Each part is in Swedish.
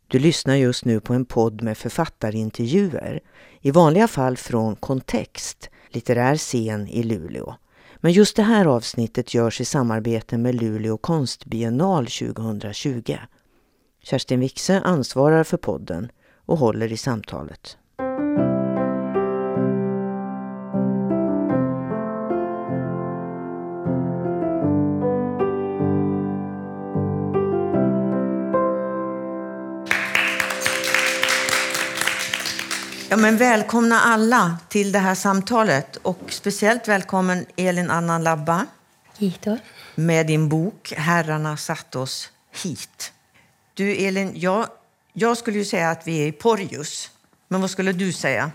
Du lyssnar just nu på en podd med författarintervjuer, i vanliga fall från Kontext, litterär scen i Luleå. Men just det här avsnittet görs i samarbete med Luleå konstbiennal 2020. Kerstin Wixe ansvarar för podden och håller i samtalet. Ja, men välkomna alla till det här samtalet och speciellt välkommen Elin Anna Labba med din bok Herrarna satt oss hit. Du Elin, jag skulle ju säga att vi är i Porjus, men vad skulle du säga?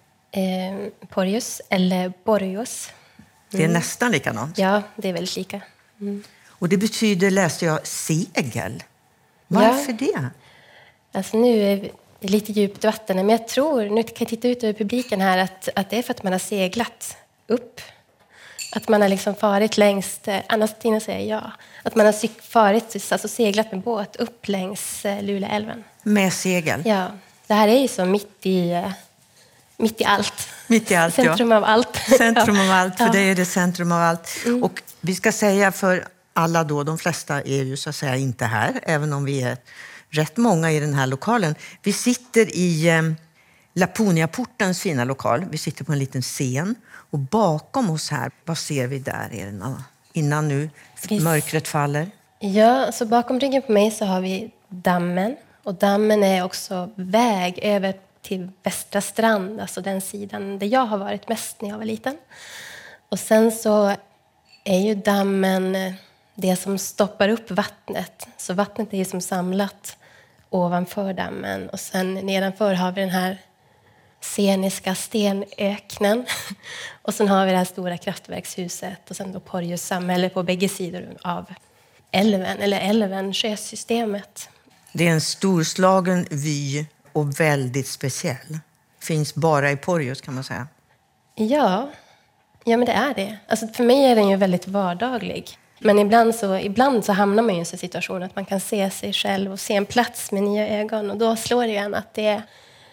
Porjus eller Borjus. Det är nästan likadant. Ja, det är väldigt lika. Och det betyder, läste jag, segel. Varför det? Alltså nu är det lite djupt vatten, men jag tror, nu kan jag titta ut över publiken här, att det är för att man har seglat upp. Att man har liksom farit längs, Anna-Stina säger ja, att man har farit, alltså seglat med båt upp längs Luleälven. Med segel? Ja, det här är ju så mitt i allt. Mitt i allt, centrum av allt. Centrum av allt, för det är det centrum av allt. Och vi ska säga för alla då, de flesta är ju så att säga inte här, även om vi är rätt många i den här lokalen. Vi sitter i Laponiaportens fina lokal. Vi sitter på en liten scen. Och bakom oss här, vad ser vi där innan nu mörkret faller? Ja, så bakom ryggen på mig så har vi dammen. Och dammen är också väg över till Västra strand. Alltså den sidan där jag har varit mest när jag var liten. Och sen så är ju dammen det som stoppar upp vattnet. Så vattnet är ju som samlat ovanför dammen. Och sen nedanför har vi den här sceniska stenöknen. Och sen har vi det här stora kraftverkshuset. Och sen då Porjus samhälle på bägge sidor av älven, sjösystemet. Det är en storslagen vy och väldigt speciell. Finns bara i Porjus kan man säga. Ja, men det är det. Alltså för mig är den ju väldigt vardaglig. Men ibland så hamnar man i en sån situation att man kan se sig själv och se en plats med nya ögon. Och då slår det en att det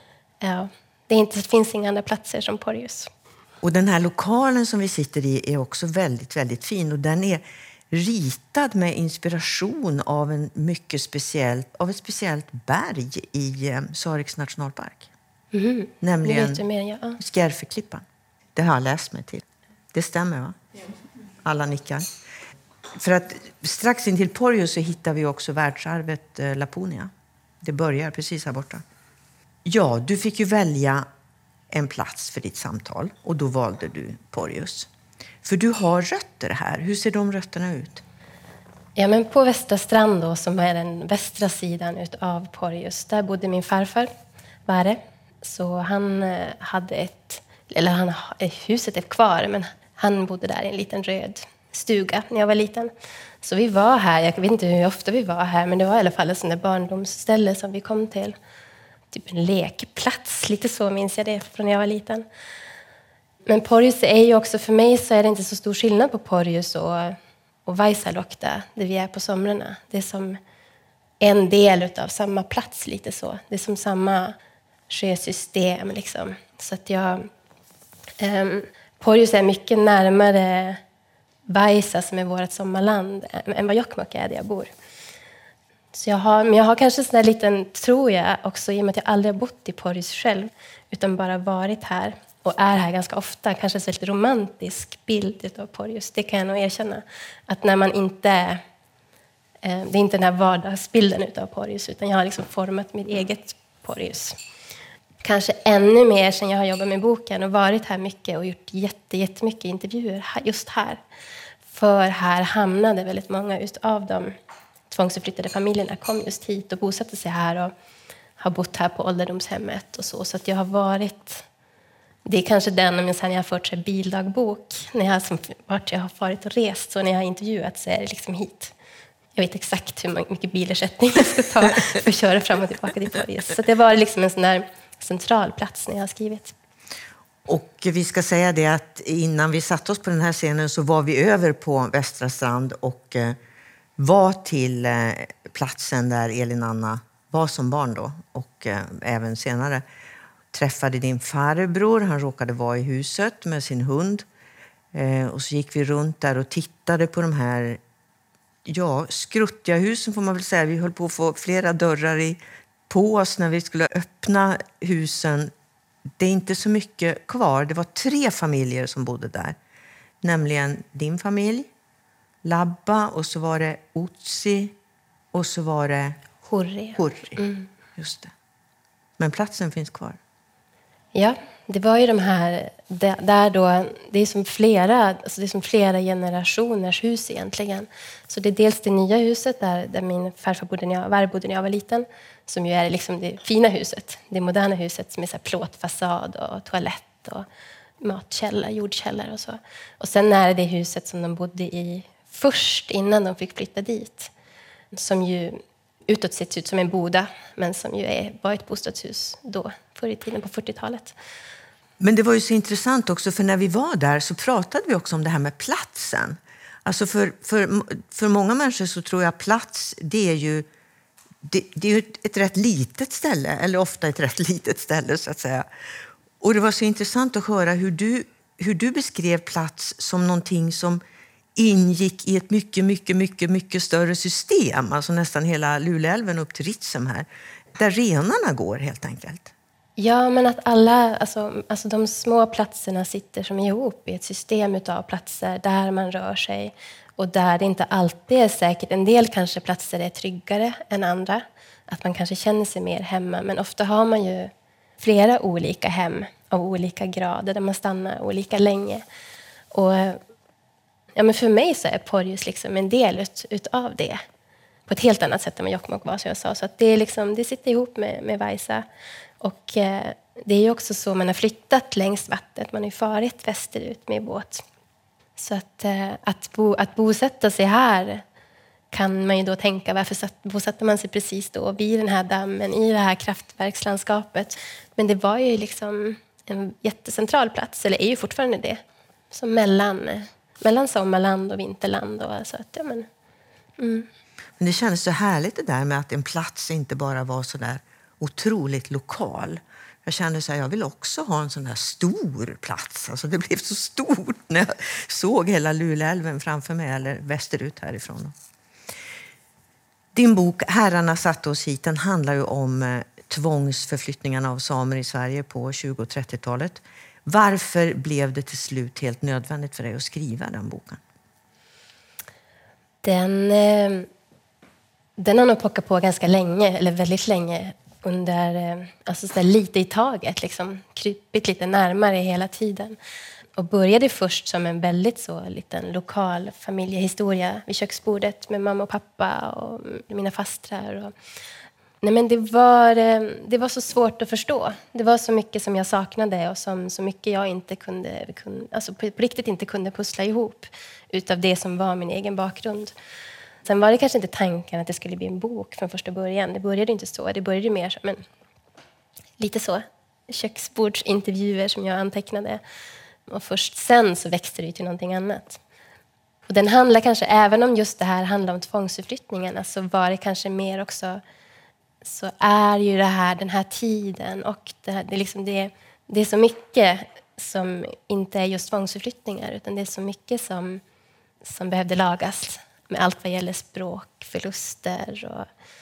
finns inga andra platser som Porjus. Och den här lokalen som vi sitter i är också väldigt, väldigt fin. Och den är ritad med inspiration av ett speciellt berg i Sareks nationalpark. Nämligen Skärfeklippan. Det har jag läst mig till. Det stämmer, va? Alla nickar. För att strax in till Porjus så hittar vi också världsarvet Laponia. Det börjar precis här borta. Ja, du fick ju välja en plats för ditt samtal och då valde du Porjus. För du har rötter här. Hur ser de rötterna ut? Ja, men på Västra strand då, som är den västra sidan av Porjus, där bodde min farfar, Vare. Så han hade huset är kvar, men han bodde där i en liten röd stuga när jag var liten. Så vi var här, jag vet inte hur ofta vi var här, men det var i alla fall ett sånt där barndomsställe som vi kom till. Typ en lekplats, lite så minns jag det från när jag var liten. Men Porjus är ju också, för mig så är det inte så stor skillnad på Porjus och Vaisalokta, där vi är på somrarna. Det är som en del av samma plats lite så. Det är som samma sjösystem liksom. Så att Porjus är mycket närmare Vaisa som är vårt sommarland än vad Jokkmokk är där jag bor. Så jag har kanske sån där liten, tror jag också, i och med att jag aldrig har bott i Porjus själv utan bara varit här och är här ganska ofta, kanske en väldigt romantisk bild av Porjus. Det kan jag nog erkänna. Att när man inte, det är inte den här vardagsbilden av Porjus, utan jag har liksom format mitt eget Porjus. Kanske ännu mer sen jag har jobbat med boken och varit här mycket och gjort jättemycket intervjuer just här. För här hamnade väldigt många av de tvångsuppflyttade familjerna kom just hit och bosatte sig här och har bott här på ålderdomshemmet och så. Så att jag har varit, det är kanske den, om jag har fört sig bildagbok, när jag har varit och rest, så när jag har intervjuat så är det liksom hit. Jag vet exakt hur mycket bilersättning jag ska ta för att köra fram och tillbaka till Porjus. Så det var liksom en sån där central plats när jag har skrivit. Och vi ska säga det att innan vi satte oss på den här scenen så var vi över på Västra strand och var till platsen där Elin Anna var som barn då och även senare. Träffade din farbror, han råkade vara i huset med sin hund. Och så gick vi runt där och tittade på de här skruttiga husen får man väl säga. Vi höll på att få flera dörrar på oss när vi skulle öppna husen. Det är inte så mycket kvar. Det var 3 familjer som bodde där. Nämligen din familj, Labba, och så var det Otsi och så var det Hurri. Just det. Men platsen finns kvar. Ja, det var ju de här där då, det är som flera generationers hus egentligen. Så det är dels det nya huset där min farfar bodde när jag var liten, som ju är liksom det fina huset, det moderna huset som är så här plåtfasad och toalett och matkällare, jordkällare och så. Och sen är det huset som de bodde i först innan de fick flytta dit, som ju utåt sett ut som en boda, men som ju var ett bostadshus då, förr i tiden på 40-talet. Men det var ju så intressant också, för när vi var där så pratade vi också om det här med platsen. Alltså för många människor så tror jag plats, det är ju ett rätt litet ställe, eller ofta ett rätt litet ställe så att säga. Och det var så intressant att höra hur du beskrev plats som någonting som ingick i ett mycket större system. Alltså nästan hela Luleälven upp till Ritsem här. Där renarna går helt enkelt. Ja, men att alla, alltså de små platserna sitter som ihop i ett system av platser där man rör sig. Och där det inte alltid är säkert. En del kanske platser är tryggare än andra. Att man kanske känner sig mer hemma. Men ofta har man ju flera olika hem av olika grader där man stannar olika länge. Och ja, men för mig så är Porjus liksom en del utav det. På ett helt annat sätt än vad Jokkmokk var, som jag sa. Så att det sitter ihop med Vaisa. Och det är ju också så man har flyttat längs vattnet. Man har ju farit västerut med båt. Så att bosätta sig här kan man ju då tänka, varför bosatte man sig precis då vid den här dammen, i det här kraftverkslandskapet. Men det var ju liksom en jättecentral plats, eller är ju fortfarande det. Som mellan sommarland och vinterland. Och så att, ja, men det kändes så härligt det där med att en plats inte bara var så där otroligt lokal. Jag kände så här, jag vill också ha en sån där stor plats. Alltså det blev så stort när jag såg hela Luleälven framför mig, eller västerut härifrån. Din bok Herrarna satte oss hit, den handlar ju om tvångsförflyttningarna av samer i Sverige på 20- och 30-talet. Varför blev det till slut helt nödvändigt för dig att skriva den boken? Den har nog pockat på ganska länge, eller väldigt länge, under, alltså så där lite i taget, liksom, krypit lite närmare hela tiden. Och började först som en väldigt så liten lokal familjehistoria vid köksbordet med mamma och pappa och mina fastrar. Nej, men det var så svårt att förstå. Det var så mycket som jag saknade och så mycket jag inte kunde alltså på riktigt inte kunde pussla ihop utav det som var min egen bakgrund. Sen var det kanske inte tanken att det skulle bli en bok från första början. Det började inte så. Det började mer så, men lite så. Köksbordsintervjuer som jag antecknade. Och först sen så växte det till någonting annat. Och den handlar kanske, även om just det här handlar om tvångsförflyttningarna, så var det kanske mer också, så är ju det här, den här tiden och det är så mycket som inte är just tvångsförflyttningar, utan det är så mycket som behövde lagas. Med allt vad gäller språkförluster och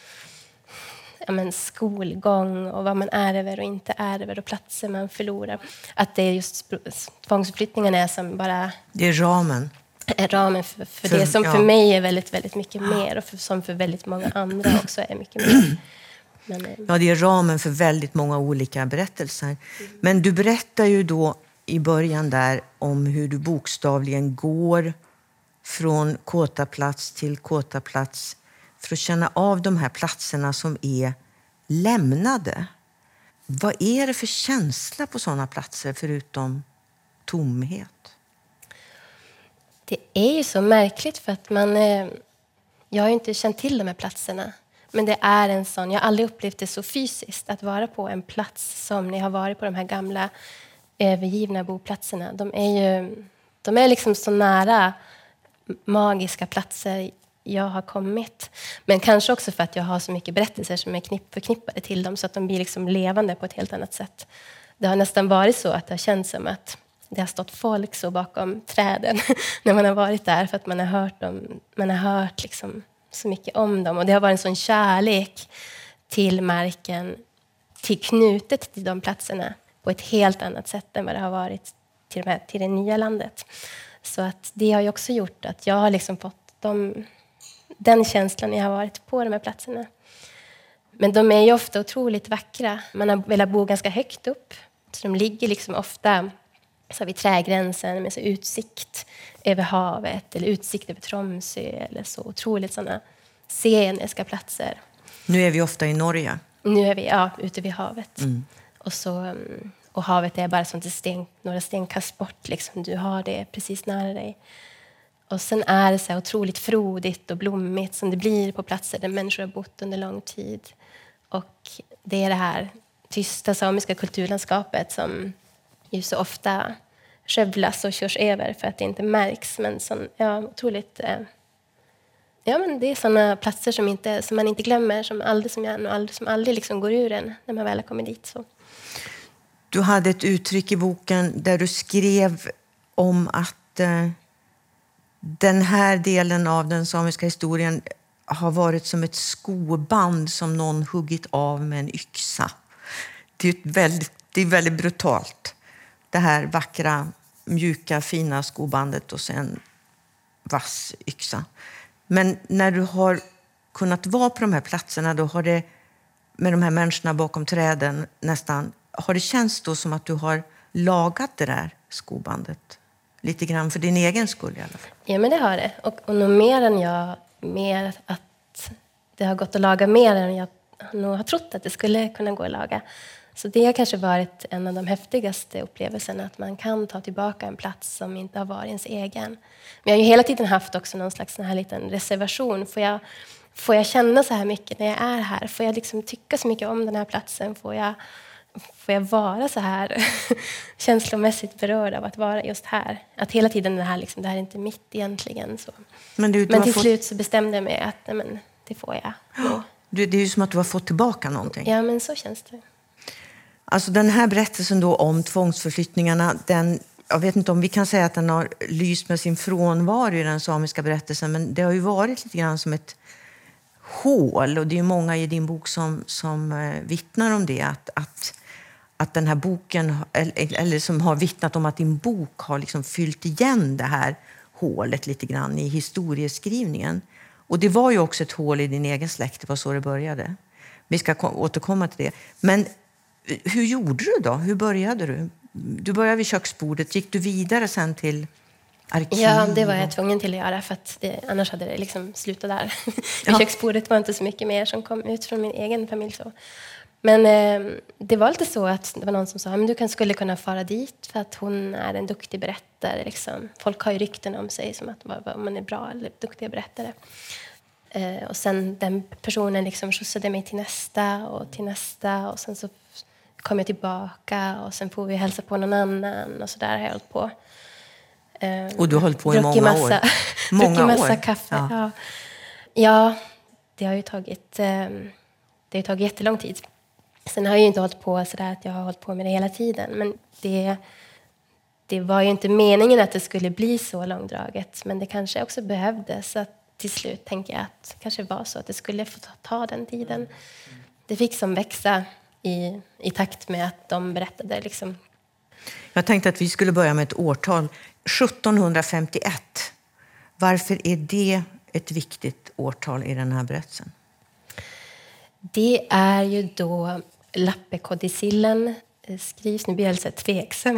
skolgång och vad man ärver och inte ärver och platser man förlorar. Att det är just tvångsförflyttningarna är som bara... Det är ramen. Ramen för det som för mig är väldigt, väldigt mycket mer och som för väldigt många andra också är mycket mer. Ja, det är ramen för väldigt många olika berättelser. Men du berättar ju då i början där om hur du bokstavligen går från kåtaplats till kåtaplats för att känna av de här platserna som är lämnade. Vad är det för känsla på sådana platser förutom tomhet? Det är ju så märkligt för att jag har inte känt till de här platserna. Men det är en sån, jag har aldrig upplevt det så fysiskt att vara på en plats som ni har varit på de här gamla övergivna boplatserna. De är liksom så nära magiska platser jag har kommit. Men kanske också för att jag har så mycket berättelser som är förknippade till dem, så att de blir liksom levande på ett helt annat sätt. Det har nästan varit så att det har känts som att det har stått folk så bakom träden när man har varit där, för att man har hört dem, man har hört liksom så mycket om dem. Och det har varit en sån kärlek till marken, till knutet till de platserna på ett helt annat sätt än vad det har varit till det nya landet. Så att det har ju också gjort att jag har liksom fått den känslan när jag har varit på de här platserna. Men de är ju ofta otroligt vackra. Man har velat bo ganska högt upp. Så de ligger liksom ofta så vid trägränsen med så utsikt över havet eller utsikt över Tromsö eller så. Otroligt sådana sceniska platser. Nu är vi ofta i Norge. Nu är vi ute vid havet. Och havet är bara som några stenkast bort. Liksom. Du har det precis nära dig. Och sen är det så här otroligt frodigt och blommigt som det blir på platser där människor har bott under lång tid. Och det är det här tysta samiska kulturlandskapet som ju så ofta skövlas och körs över för att det inte märks. Men otroligt... men det är sådana platser som man inte glömmer, som aldrig liksom går ur en när man väl har kommit dit. Så. Du hade ett uttryck i boken där du skrev om att den här delen av den samiska historien har varit som ett skoband som någon huggit av med en yxa. Det är väldigt brutalt. Det här vackra, mjuka, fina skobandet och sen vass yxa. Men när du har kunnat vara på de här platserna, då har det med de här människorna bakom träden nästan, har det känts då som att du har lagat det där skobandet lite grann för din egen skull i alla fall? Ja, men det har det. Och nog mer att det har gått att laga mer än jag nog har trott att det skulle kunna gå att laga. Så det har kanske varit en av de häftigaste upplevelserna, att man kan ta tillbaka en plats som inte har varit ens egen. Men jag har ju hela tiden haft också någon slags sån här liten reservation. Får jag känna så här mycket när jag är här? Får jag liksom tycka så mycket om den här platsen? Får jag vara så här känslomässigt berörd av att vara just här? Att hela tiden det här är inte mitt egentligen. Så. Men till slut så bestämde jag mig att det får jag. Det är ju som att du har fått tillbaka någonting. Ja, men så känns det. Alltså den här berättelsen då om tvångsförflyttningarna, jag vet inte om vi kan säga att den har lyst med sin frånvaro i den samiska berättelsen, men det har ju varit lite grann som ett hål, och det är ju många i din bok som vittnar om det, att den här boken, eller som har vittnat om att din bok har liksom fyllt igen det här hålet lite grann i historieskrivningen. Och det var ju också ett hål i din egen släkt, det var så det började. Vi ska återkomma till det. Men hur gjorde du då? Hur började du? Du började vid köksbordet. Gick du vidare sen till arkiv? Ja, det var jag tvungen till att göra, för att annars hade det liksom slutat där. Vid köksbordet var inte så mycket mer som kom ut från min egen familj. Så. Men det var lite så att det var någon som sa att du skulle kunna fara dit för att hon är en duktig berättare. Liksom. Folk har ju rykten om sig som att man är bra eller duktiga berättare. Och sen den personen liksom skjutsade mig till nästa och sen så kom jag tillbaka och sen får vi hälsa på någon annan och så där har jag hållit på. Och du har hållit på i många år? Druckit massa kaffe. Ja, det har ju tagit jättelång tid. Sen har jag ju inte hållit på sådär att jag har hållit på med det hela tiden. Men det var ju inte meningen att det skulle bli så långdraget. Men det kanske också behövdes. Så att till slut tänker jag att det kanske var så att det skulle få ta den tiden. Det fick som växa i takt med att de berättade. Liksom. Jag tänkte att vi skulle börja med ett årtal. 1751. Varför är det ett viktigt årtal i den här berättelsen? Det är ju då Lappekodicillen skrivs. Nu blir jag lite tveksam.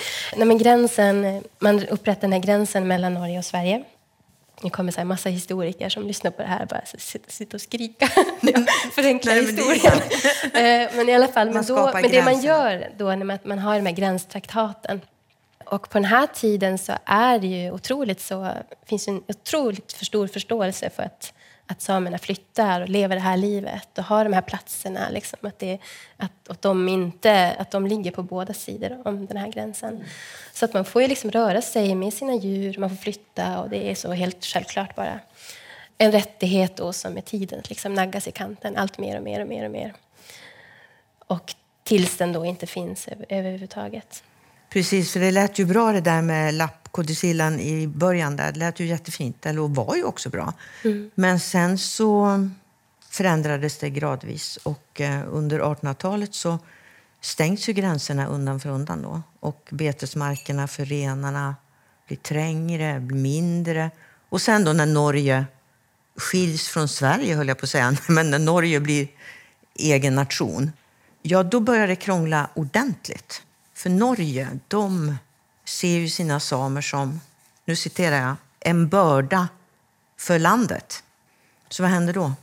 Man upprättar den här gränsen mellan Norge och Sverige. Nu kommer så här massa historiker som lyssnar på det här bara sitter och skrika. Förenklar historien. Men i alla fall, men det man gör då när man har de här gränstraktaten. Och på den här tiden så är det ju finns en otroligt för stor förståelse för att samerna flyttar och lever det här livet och har de här platserna. Liksom, att de ligger på båda sidor om den här gränsen. Så att man får ju liksom röra sig med sina djur, man får flytta och det är så helt självklart bara. en rättighet då som med tiden liksom naggas i kanten allt mer och mer och mer och mer. Och tills den då inte finns överhuvudtaget. Precis, för det lät ju bra det där med lappkodicillan i början där. Det lät ju jättefint, eller var ju också bra. Men sen så förändrades det gradvis och under 1800-talet så stängs ju gränserna undan för undan då. Och betesmarkerna för renarna blir trängre, blir mindre. Och sen då när Norge skiljs från Sverige, höll jag på att säga, men när Norge blir egen nation, ja då börjar det krångla ordentligt. För Norge, de ser ju sina samer som, nu citerar jag, en börda för landet. Så vad händer då?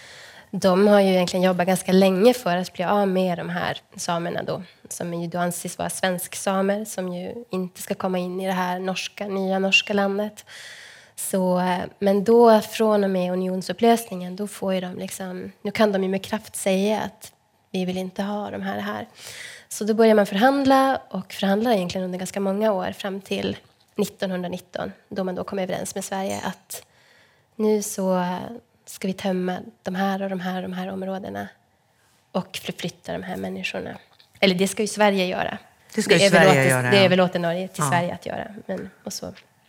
De har ju egentligen jobbat ganska länge för att bli av med de här samerna då. Som ju då anses vara svensksamer som ju inte ska komma in i det här nya norska landet. Så, men då från och med unionsupplösningen då får ju de liksom, nu kan de ju med kraft säga att vi vill inte ha de här. Så då börjar man förhandla och förhandlar egentligen under ganska många år fram till 1919 då man då kom överens med Sverige att nu så ska vi tömma de här och de här och de här områdena och förflytta de här människorna. Eller det ska ju Sverige göra. Det överlåter Norge till Sverige att göra. Men, och så.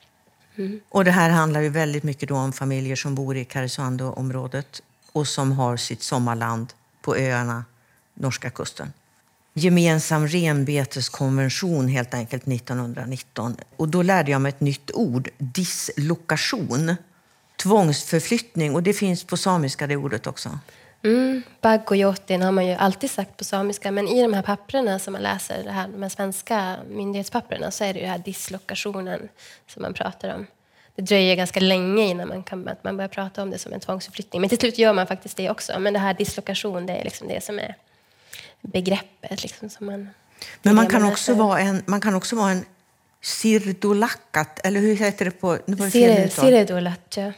Och det här handlar ju väldigt mycket då om familjer som bor i Karesuando-området och som har sitt sommarland på öarna, norska kusten. Gemensam renbeteskonvention helt enkelt 1919. Och då lärde jag mig ett nytt ord, dislokation. Tvångsförflyttning, och det finns på samiska det ordet också. Baggojotin har man ju alltid sagt på samiska, men i de här papperna som man läser, de här svenska myndighetspapperna, så är det ju här dislokationen som man pratar om. Det dröjer ganska länge innan man börjar prata om det som en tvångsförflyttning, men till slut gör man faktiskt det också. Men det här dislokation, det är liksom det som är begreppet liksom som man... Men man kan också vara en sirdolakat, eller hur heter det på... Sirdolakat.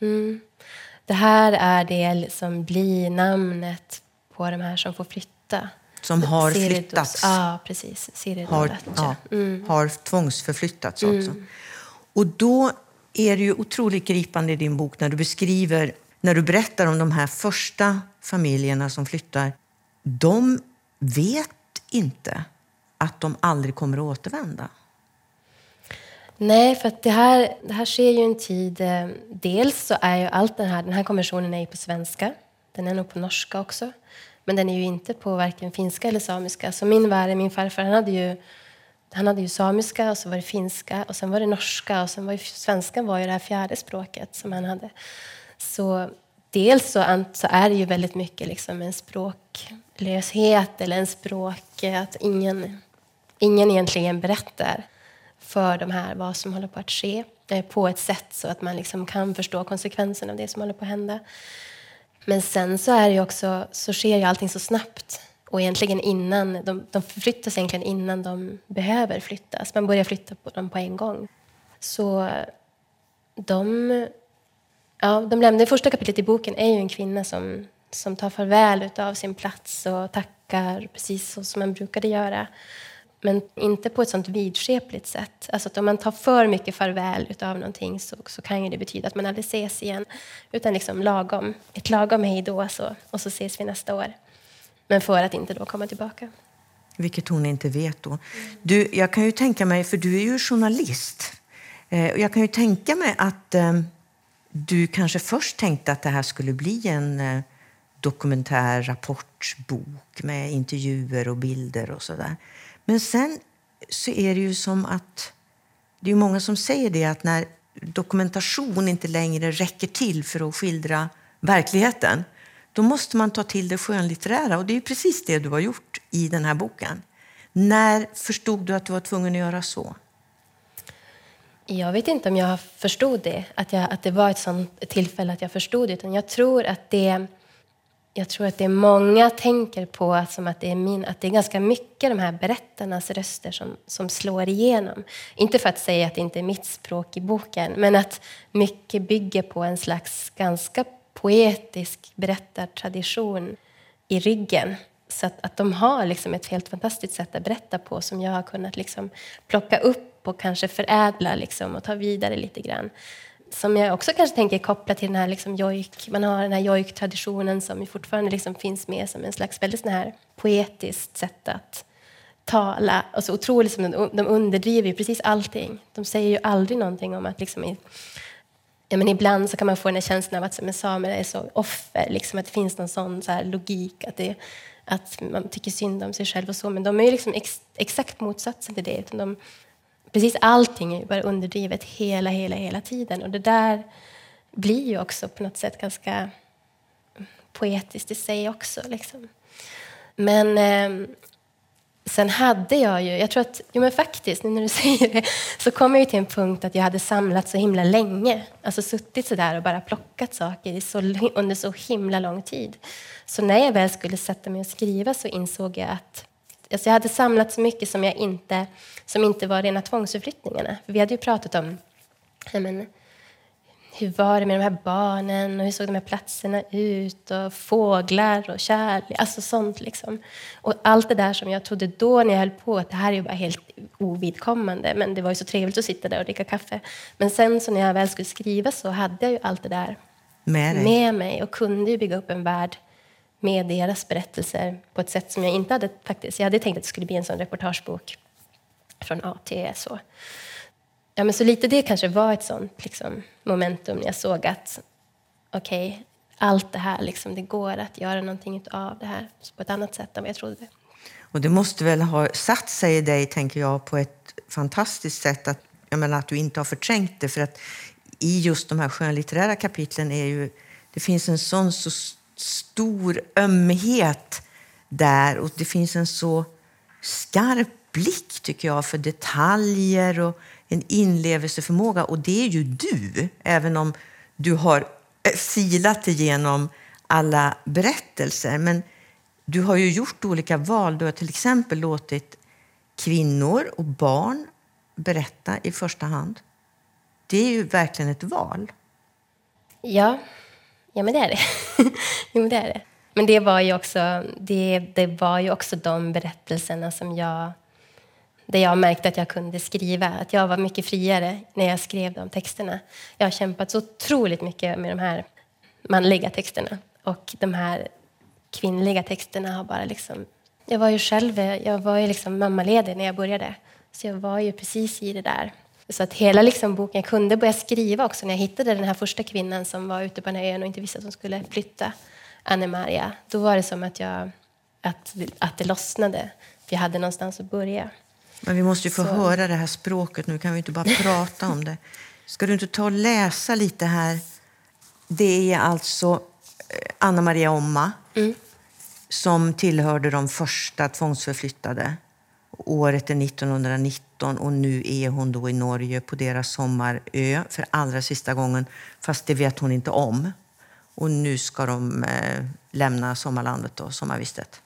Det här är det som blir namnet på de här som får flytta. Som har flyttats. Ja, precis. Har tvångsförflyttats alltså. Och då är det ju otroligt gripande i din bok när du beskriver, när du berättar om de här första familjerna som flyttar. De vet inte att de aldrig kommer att återvända. Nej, för att det här sker ju en tid... Dels så är ju allt den här konventionen är ju på svenska. Den är nog på norska också. Men den är ju inte på varken finska eller samiska. Så min farfar, han hade ju samiska och så var det finska. Och sen var det norska och sen var ju svenskan var ju det här fjärde språket som han hade. Så dels så är det ju väldigt mycket liksom en språklöshet eller en språk... Att ingen egentligen berättar för de här vad som håller på att ske på ett sätt så att man liksom kan förstå konsekvenserna av det som håller på att hända. Men sen så är det ju också, så sker ju allting så snabbt och egentligen innan de förflyttas egentligen innan de behöver flyttas. Man börjar flytta på dem på en gång. Så de lämnar, det första kapitlet i boken är ju en kvinna som tar farväl av sin plats och tackar precis så som man brukade göra. Men inte på ett sånt vidskepligt sätt. Alltså att om man tar för mycket farväl utav någonting så kan ju det betyda att man aldrig ses igen. Utan liksom ett lagom hej då och så ses vi nästa år. Men för att inte då komma tillbaka. Vilket hon inte vet då. Du, jag kan ju tänka mig, för du är ju journalist. Jag kan ju tänka mig att du kanske först tänkte att det här skulle bli en dokumentär rapportbok med intervjuer och bilder och sådär. Men sen så är det ju som att det är många som säger det att när dokumentation inte längre räcker till för att skildra verkligheten, då måste man ta till det skönlitterära. Och det är ju precis det du har gjort i den här boken. När förstod du att du var tvungen att göra så? Jag vet inte om jag förstod det. Att det var ett sånt tillfälle att jag förstod det. Utan jag tror att det många tänker på som att det är ganska mycket de här berättarnas röster som slår igenom. Inte för att säga att det inte är mitt språk i boken, men att mycket bygger på en slags ganska poetisk berättartradition i ryggen. Så att de har liksom ett helt fantastiskt sätt att berätta på som jag har kunnat liksom plocka upp och kanske förädla liksom och ta vidare lite grann. som jag också kanske tänker koppla till den här liksom jojk. Man har den här jojk-traditionen som fortfarande liksom finns med som en slags väldigt sån här poetiskt sätt att tala. Och så otroligt som de underdriver ju precis allting. De säger ju aldrig någonting om att liksom men ibland så kan man få den här känslan av att som en samer är så offer. Liksom att det finns någon sån så här logik. Att man tycker synd om sig själv och så. Men de är ju liksom exakt motsatsen till det. Utan precis allting är ju bara underdrivet hela tiden. Och det där blir ju också på något sätt ganska poetiskt i sig också. Liksom. Men sen hade jag tror att, men faktiskt, nu när du säger det, så kom jag ju till en punkt att jag hade samlat så himla länge. Alltså suttit så där och bara plockat saker under så himla lång tid. Så när jag väl skulle sätta mig och skriva så insåg jag att jag hade samlat så mycket som inte var rena tvångsförflyttningarna. För vi hade ju pratat om hur var det med de här barnen och hur såg de här platserna ut och fåglar och kärlek, alltså sånt liksom. Och allt det där som jag trodde då när jag höll på att det här är ju bara helt ovidkommande, men det var ju så trevligt att sitta där och dricka kaffe. Men sen så när jag väl skulle skriva så hade jag ju allt det där med mig och kunde ju bygga upp en värld med deras berättelser på ett sätt som jag inte hade faktiskt. Jag hade tänkt att det skulle bli en sån reportagebok från A till E så. Ja, men så lite det kanske var ett sånt liksom, momentum när jag såg att okej, allt det här, liksom, det går att göra någonting av det här på ett annat sätt än vad jag trodde. Och det måste väl ha satt sig i dig, tänker jag, på ett fantastiskt sätt att du inte har förträngt det. För att i just de här skönlitterära kapitlen det finns en sån så stor ömhet där och det finns en så skarp blick, tycker jag, för detaljer och en inlevelseförmåga. Och det är ju du, även om du har silat igenom alla berättelser. Men du har ju gjort olika val. Du har till exempel låtit kvinnor och barn berätta i första hand. Det är ju verkligen ett val. Ja men det är det. Jo, men det är det. Men det var ju också, det var ju också de berättelserna som där jag märkte att jag kunde skriva. Att jag var mycket friare när jag skrev de texterna. Jag har kämpat så otroligt mycket med de här manliga texterna. Och de här kvinnliga texterna har bara liksom... Jag var ju liksom mammaledig när jag började. Så jag var ju precis i det där. Så att hela liksom boken, jag kunde börja skriva också när jag hittade den här första kvinnan som var ute på den här ön och inte visste att hon skulle flytta, Anne-Maria. Då var det som att det lossnade. För jag hade någonstans att börja. Men vi måste ju få höra det här språket. Nu kan vi inte bara prata om det. Ska du inte ta och läsa lite här? Det är alltså Anna-Maria Omma som tillhörde de första tvångsförflyttade. Året är 1919 och nu är hon då i Norge på deras sommarö för allra sista gången. Fast det vet hon inte om. Och nu ska de lämna sommarlandet då, sommarvistet.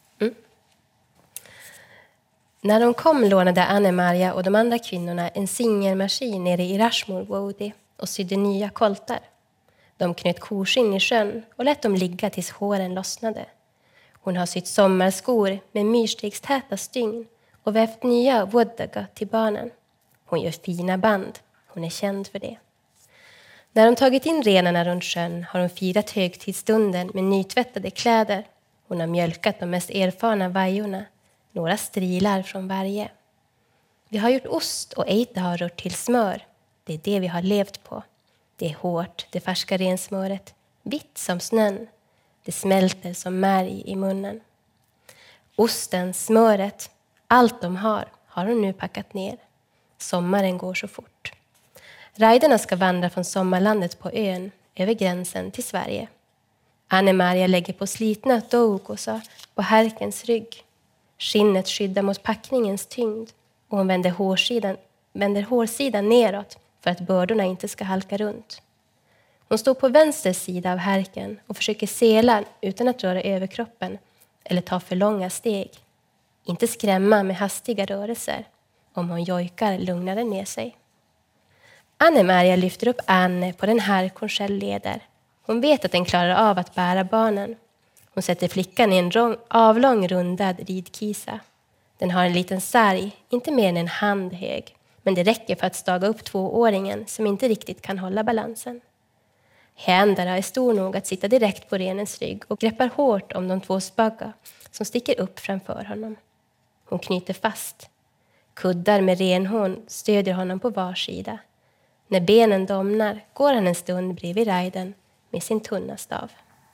När de kom lånade Anne-Maria och de andra kvinnorna en singelmaskin nere i Rashmore och sydde nya koltar. De knöt korskinn i sjön och lät dem ligga tills håren lossnade. Hon har sytt sommarskor med myrstegstäta stygn och vävt nya voddaga till barnen. Hon gör fina band. Hon är känd för det. När de tagit in renarna runt sjön har hon firat högtidsstunden med nytvättade kläder. Hon har mjölkat de mest erfarna vajorna. Några strilar från varje. Vi har gjort ost och Eita har rört till smör. Det är det vi har levt på. Det är hårt, det färska rensmöret. Vitt som snön. Det smälter som märg i munnen. Osten, smöret, allt de har hon nu packat ner. Sommaren går så fort. Raiderna ska vandra från sommarlandet på ön över gränsen till Sverige. Anne-Maria lägger på slitna toukosa på härkens rygg. Skinnet skyddar mot packningens tyngd och hon vänder hårsidan neråt för att bördorna inte ska halka runt. Hon står på vänster sida av härken och försöker sela utan att röra överkroppen eller ta för långa steg. Inte skrämma med hastiga rörelser. Om hon jojkar lugnar den ner sig. Anne-Maria lyfter upp Anne på den härk hon själv leder. Hon vet att den klarar av att bära barnen. Hon sätter flickan i en avlång rundad ridkisa. Den har en liten sarg, inte mer än en hand hög. Men det räcker för att staga upp 2-åringen som inte riktigt kan hålla balansen. Händerna är stor nog att sitta direkt på renens rygg och greppar hårt om de 2 spaggar som sticker upp framför honom. Hon knyter fast. Kuddar med renhorn stödjer honom på var sida. När benen domnar går han en stund bredvid Raiden med sin tunna stav.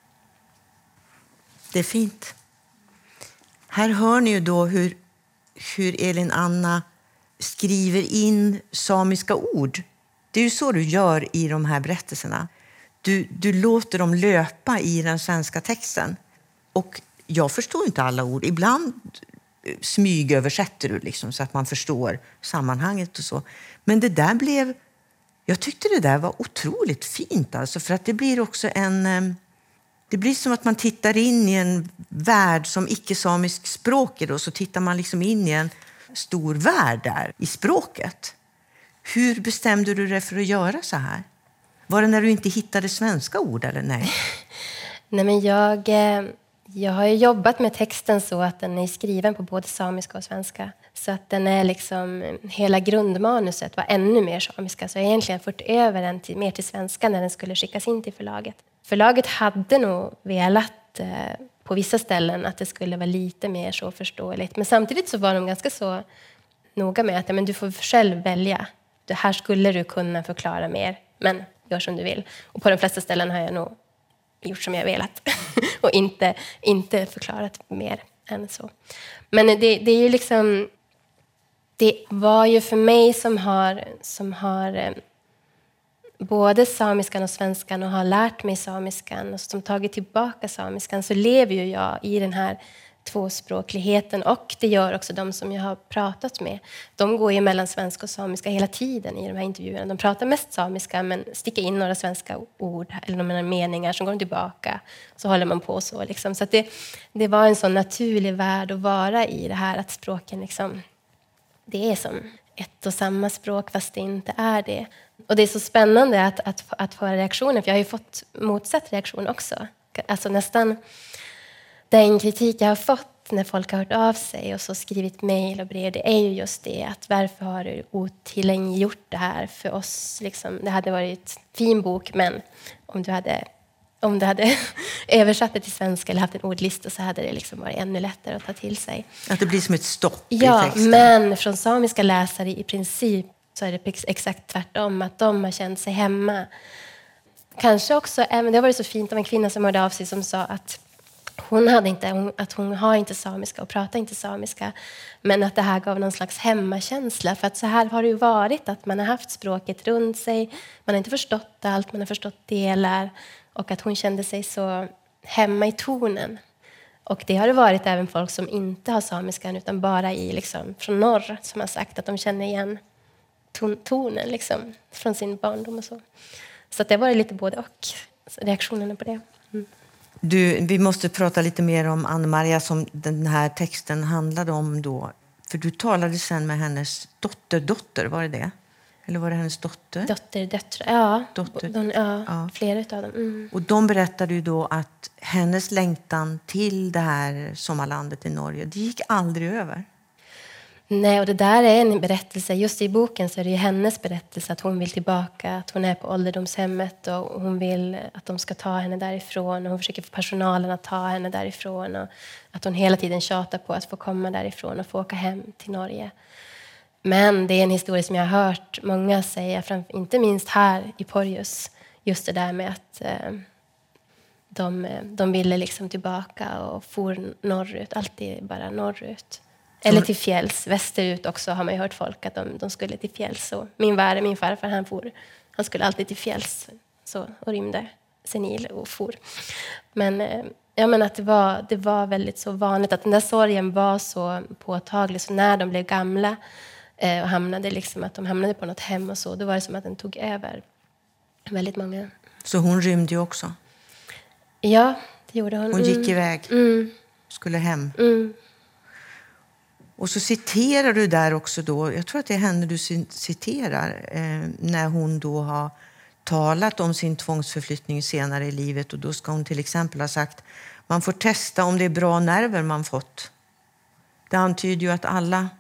Det är fint. Här hör ni ju då hur Elin Anna skriver in samiska ord. Det är ju så du gör i de här berättelserna. Du låter dem löpa i den svenska texten. Och jag förstår inte alla ord. Ibland smygöversätter du liksom så att man förstår sammanhanget och så. Men det där blev... Jag tyckte det där var otroligt fint alltså, för att det blir också det blir som att man tittar in i en värld som icke-samisk språk då, så tittar man liksom in i en stor värld där i språket. Hur bestämde du dig för att göra så här? Var det när du inte hittade svenska ord eller nej? Nej, men jag har ju jobbat med texten så att den är skriven på både samiska och svenska. Så att den är liksom, hela grundmanuset var ännu mer samiska. Så jag har egentligen fått över den mer till svenska när den skulle skickas in till förlaget. Förlaget hade nog velat på vissa ställen att det skulle vara lite mer så förståeligt. Men samtidigt så var de ganska så noga med att men du får själv välja. Det här skulle du kunna förklara mer, men gör som du vill. Och på de flesta ställen har jag nog gjort som jag velat och inte förklarat mer än så. Men det är ju liksom, det var ju för mig som har både samiskan och svenskan och har lärt mig samiskan och som tagit tillbaka samiskan, så lever ju jag i den här tvåspråkligheten, och det gör också de som jag har pratat med. De går ju mellan svenska och samiska hela tiden i de här intervjuerna. De pratar mest samiska men sticker in några svenska ord eller några meningar som går tillbaka. Så håller man på så liksom. Så att det var en sån naturlig värld att vara i, det här att språken liksom, det är som ett och samma språk fast det inte är det. Och det är så spännande att få reaktioner, för jag har ju fått motsatt reaktion också. Alltså nästan den kritik jag har fått när folk har hört av sig och så skrivit mejl och brev, det är ju just det att varför har du otillgängliggjort det här för oss? Liksom, det hade varit en fin bok, men om du hade översatt det till svenska eller haft en ordlista så hade det liksom varit ännu lättare att ta till sig. Att det blir som ett stopp i texten. texten. Men från samiska läsare i princip så är det exakt tvärtom, att de har känt sig hemma. Kanske också, det har varit så fint av en kvinna som hörde av sig som sa att hon har inte samiska och pratar inte samiska, men att det här gav någon slags hemmakänsla, för att så här har det ju varit, att man har haft språket runt sig, man har inte förstått allt, man har förstått delar, och att hon kände sig så hemma i tonen. Och det har det varit även folk som inte har samiskan utan bara liksom, från norr, som har sagt att de känner igen tonen liksom, från sin barndom och så. Så att det var lite både och reaktionerna på det. Mm. Vi måste prata lite mer om Anna-Maria som den här texten handlade om då. För du talade sen med hennes dotter, var det det? Eller var det hennes dotter? Döttrar, ja. Ja. Flera utav dem. Mm. Och de berättade ju då att hennes längtan till det här sommarlandet i Norge, det gick aldrig över. Nej, och det där är en berättelse. Just i boken så är det ju hennes berättelse att hon vill tillbaka, att hon är på ålderdomshemmet och hon vill att de ska ta henne därifrån, och hon försöker få personalen att ta henne därifrån, och att hon hela tiden tjatar på att få komma därifrån och få åka hem till Norge. Men det är en historia som jag har hört många säga, inte minst här i Porjus, just det där med att de ville liksom tillbaka och for norrut, alltid bara norrut. Eller till fjälls, västerut också har man ju hört folk att de skulle till fjälls. Så min farfar, han skulle alltid till fjälls så, och rymde senil och for. Men jag menar att det var väldigt så vanligt att den där sorgen var så påtaglig. Så när de blev gamla och de hamnade på något hem och så, då var det som att den tog över väldigt många. Så hon rymde ju också? Ja, det gjorde hon. Hon gick iväg, skulle hem. Mm. Och så citerar du där också då, jag tror att det är henne du citerar, när hon då har talat om sin tvångsförflyttning senare i livet. Och då ska hon till exempel ha sagt, man får testa om det är bra nerver man fått. Det antyder ju att alla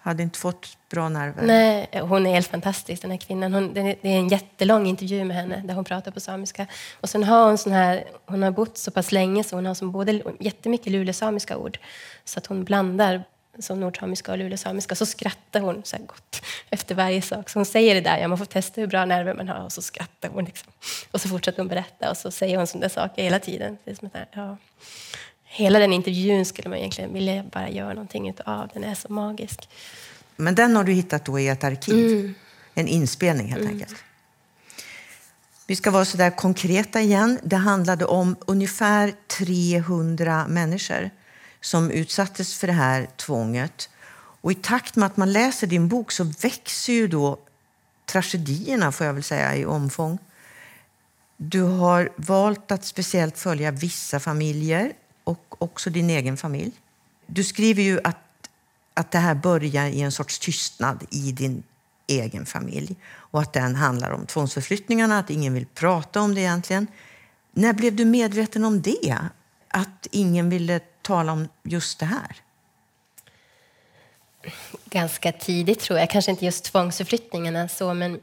Hade inte fått bra nerver. Nej, hon är helt fantastisk, den här kvinnan. Det är en jättelång intervju med henne där hon pratar på samiska. Och sen har hon har bott så pass länge så hon har som både jättemycket lulesamiska ord. Så att hon blandar som nordsamiska och lulesamiska. Så skrattar hon så här gott efter varje sak. Så hon säger det där, man får testa hur bra nerver man har. Och så skrattar hon liksom. Och så fortsätter hon berätta och så säger hon sådana saker hela tiden. Det är som att, ja. Hela den intervjun skulle man egentligen vilja bara göra någonting utav. Den är så magisk. Men den har du hittat då i ett arkiv. En inspelning helt enkelt. Vi ska vara så där konkreta igen. Det handlade om ungefär 300 människor som utsattes för det här tvånget. Och i takt med att man läser din bok så växer ju då tragedierna, får jag väl säga, i omfång. Du har valt att speciellt följa vissa familjer och också din egen familj. Du skriver ju att det här börjar i en sorts tystnad i din egen familj. Och att den handlar om tvångsförflyttningarna, att ingen vill prata om det egentligen. När blev du medveten om det? Att ingen ville tala om just det här? Ganska tidigt tror jag. Kanske inte just tvångsförflyttningarna så, men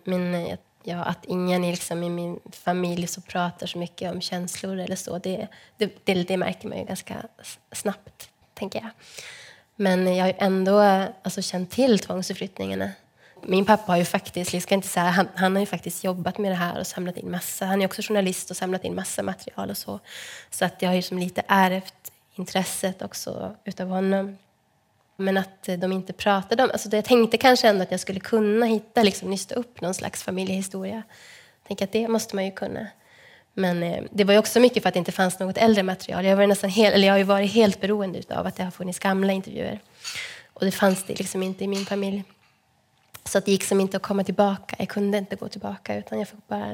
att ingen liksom i min familj så pratar så mycket om känslor eller så. Det märker man ju ganska snabbt, tänker jag. Men jag har ju ändå känt till tvångsförflyttningarna. Min pappa har ju faktiskt, han har ju faktiskt jobbat med det här och samlat in massa. Han är också journalist och samlat in massa material och så. Så att jag har ju som lite ärvt intresset också utav honom. Men att de inte pratade om... jag tänkte kanske ändå att jag skulle kunna nysta upp någon slags familjehistoria. Jag tänker att det måste man ju kunna. Men det var ju också mycket för att det inte fanns något äldre material. Jag har ju varit helt beroende av att det har funnits gamla intervjuer. Och det fanns det liksom inte i min familj. Så att det gick som inte att komma tillbaka. Jag kunde inte gå tillbaka utan jag fick bara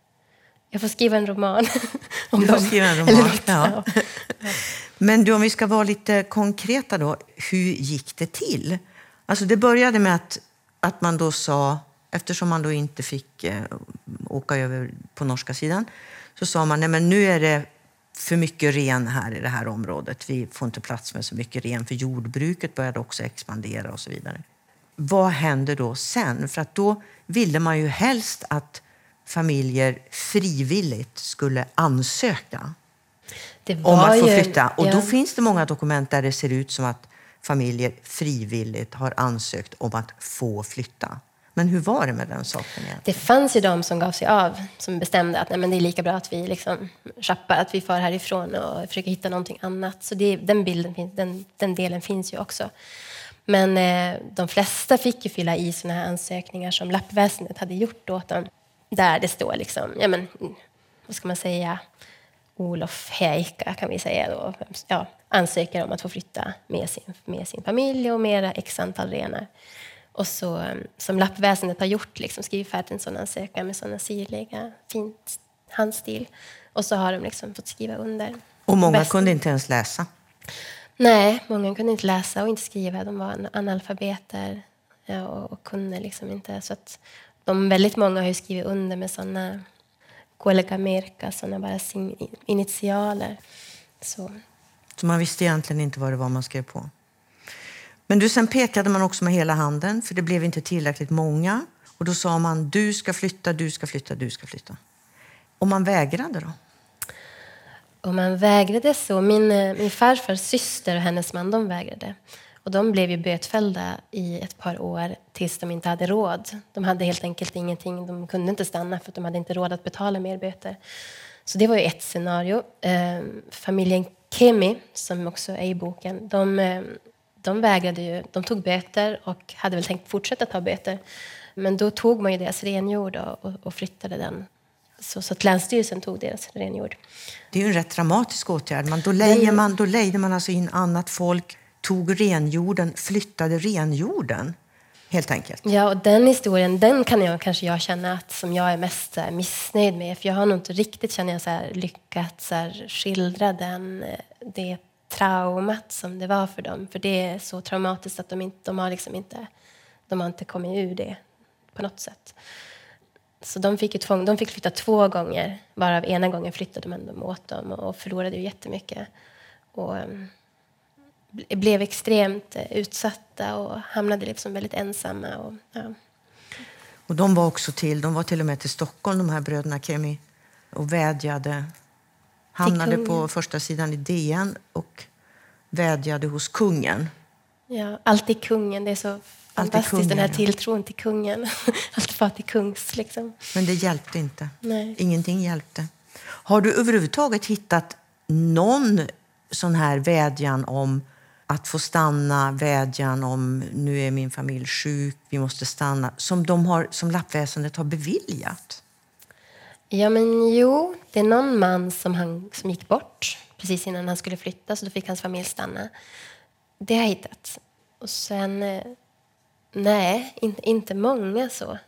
jag får skriva en roman. Du får skriva en roman, ja. Men du, om vi ska vara lite konkreta då. Hur gick det till? Alltså det började med att man då sa, eftersom man då inte fick åka över på norska sidan, så sa man, nej men nu är det för mycket ren här i det här området. Vi får inte plats med så mycket ren, för jordbruket började också expandera och så vidare. Vad hände då sen? För att då ville man ju helst att familjer frivilligt skulle ansöka om att få flytta. Och då finns det många dokument där det ser ut som att familjer frivilligt har ansökt om att få flytta. Men hur var det med den saken igen? Det fanns ju de som gav sig av, som bestämde att nej, men det är lika bra att vi chappar, att vi far härifrån och försöker hitta någonting annat. Så den bilden, den delen finns ju också. Men de flesta fick ju fylla i såna här ansökningar som lappväsendet hade gjort åt dem. Där det står vad ska man säga, Olof Heika kan vi säga då. Ja, ansöker om att få flytta med sin familj och mera x antal renar. Och så som lappväsendet har gjort, skrivit färdigt en sån ansökan med såna sirliga, fint handstil. Och så har de fått skriva under. Och många kunde inte ens läsa? Nej, många kunde inte läsa och inte skriva. De var analfabeter och kunde inte. Så att väldigt många har ju skrivit under med såna kollegamerka, såna bara initialer. Så man visste egentligen inte vad det var man skrev på. Men sen pekade man också med hela handen, för det blev inte tillräckligt många. Och då sa man, du ska flytta, du ska flytta, du ska flytta. Och man vägrade då? Och man vägrade så. Min farfars syster och hennes man, de vägrade. Och de blev ju bötfällda i ett par år tills de inte hade råd. De hade helt enkelt ingenting. De kunde inte stanna för att de hade inte råd att betala mer böter. Så det var ju ett scenario. Familjen Kemi, som också är i boken, de vägrade ju. De tog böter och hade väl tänkt fortsätta ta böter. Men då tog man ju deras renjord och flyttade den. Så att Länsstyrelsen tog deras renjord. Det är ju en rätt dramatisk åtgärd. Då lejde man alltså in annat folk, tog renjorden, flyttade renjorden helt enkelt. Ja, och den historien, den kan jag känna att som jag är mest missnöjd med. För jag har nog inte riktigt lyckats skildra det traumat som det var för dem. För det är så traumatiskt att de har inte kommit ur det på något sätt. Så de fick flytta 2 gånger, varav ena gången flyttade man dem åt dem och förlorade ju jättemycket. Och blev extremt utsatta och hamnade liksom väldigt ensamma. Och de var till och med till Stockholm, de här bröderna Kemi, och vädjade. Hamnade på första sidan i DN och vädjade hos kungen. Ja, alltid kungen. Det är så fantastiskt, kungen, den här tilltron till kungen. Allt var till kungs liksom. Men det hjälpte inte. Nej. Ingenting hjälpte. Har du överhuvudtaget hittat någon sån här vädjan om att få stanna, vädjan om nu är min familj sjuk, vi måste stanna, som lappväsendet har beviljat? Ja, men jo, det är någon man som gick bort precis innan han skulle flytta, så då fick hans familj stanna. Det har jag hittat. Och sen, nej, inte många så.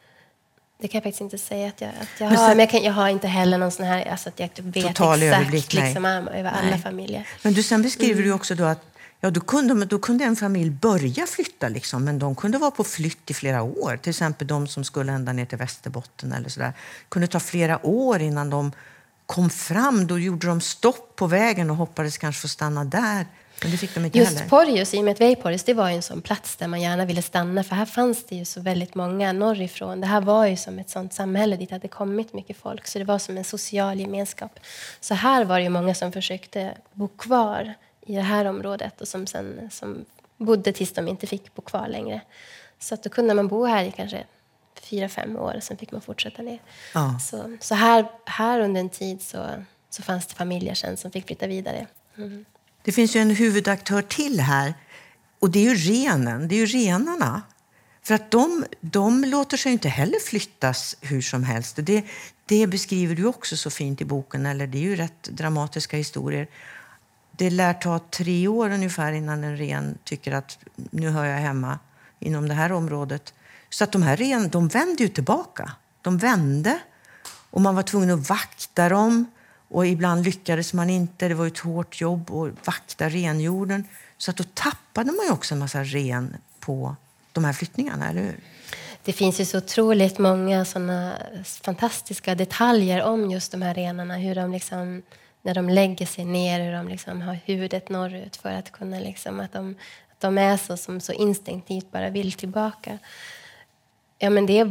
Det kan jag faktiskt inte säga att jag har. Men jag har inte heller någon sån här, alltså att jag vet exakt liksom, över alla familjer. Men du, sen beskriver du också då att då kunde en familj börja flytta liksom, men de kunde vara på flytt i flera år. Till exempel de som skulle ända ner till Västerbotten eller sådär. Kunde ta flera år innan de kom fram. Då gjorde de stopp på vägen och hoppades kanske få stanna där. Men det fick de inte heller. Just Porjus, i och med att vi är i Porjus, det var ju en sån plats där man gärna ville stanna. För här fanns det ju så väldigt många norrifrån. Det här var ju som ett sånt samhälle dit hade kommit mycket folk. Så det var som en social gemenskap. Så här var det ju många som försökte bo kvar i det här området. Och som bodde tills de inte fick bo kvar längre. Så att då kunde man bo här i kanske 4-5 år. Och sen fick man fortsätta ner. Ja. Så här under en tid så fanns det familjer sen som fick flytta vidare. Mm. Det finns ju en huvudaktör till här, och det är ju renen. Det är ju renarna. För att de låter sig inte heller flyttas hur som helst. Det beskriver du också så fint i boken, eller det är ju rätt dramatiska historier. Det lär ta 3 år ungefär innan en ren tycker att nu hör jag hemma inom det här området. Så att de här renen, de vände ju tillbaka. De vände och man var tvungen att vakta dem. Och ibland lyckades man inte. Det var ett hårt jobb att vakta renjorden. Så att då tappade man ju också en massa ren på de här flyttningarna, eller hur? Det finns ju så otroligt många såna fantastiska detaljer om just de här renarna. Hur de liksom, när de lägger sig ner, hur de liksom har huvudet norrut för att kunna liksom, att de är så instinktivt bara vill tillbaka. Ja, men det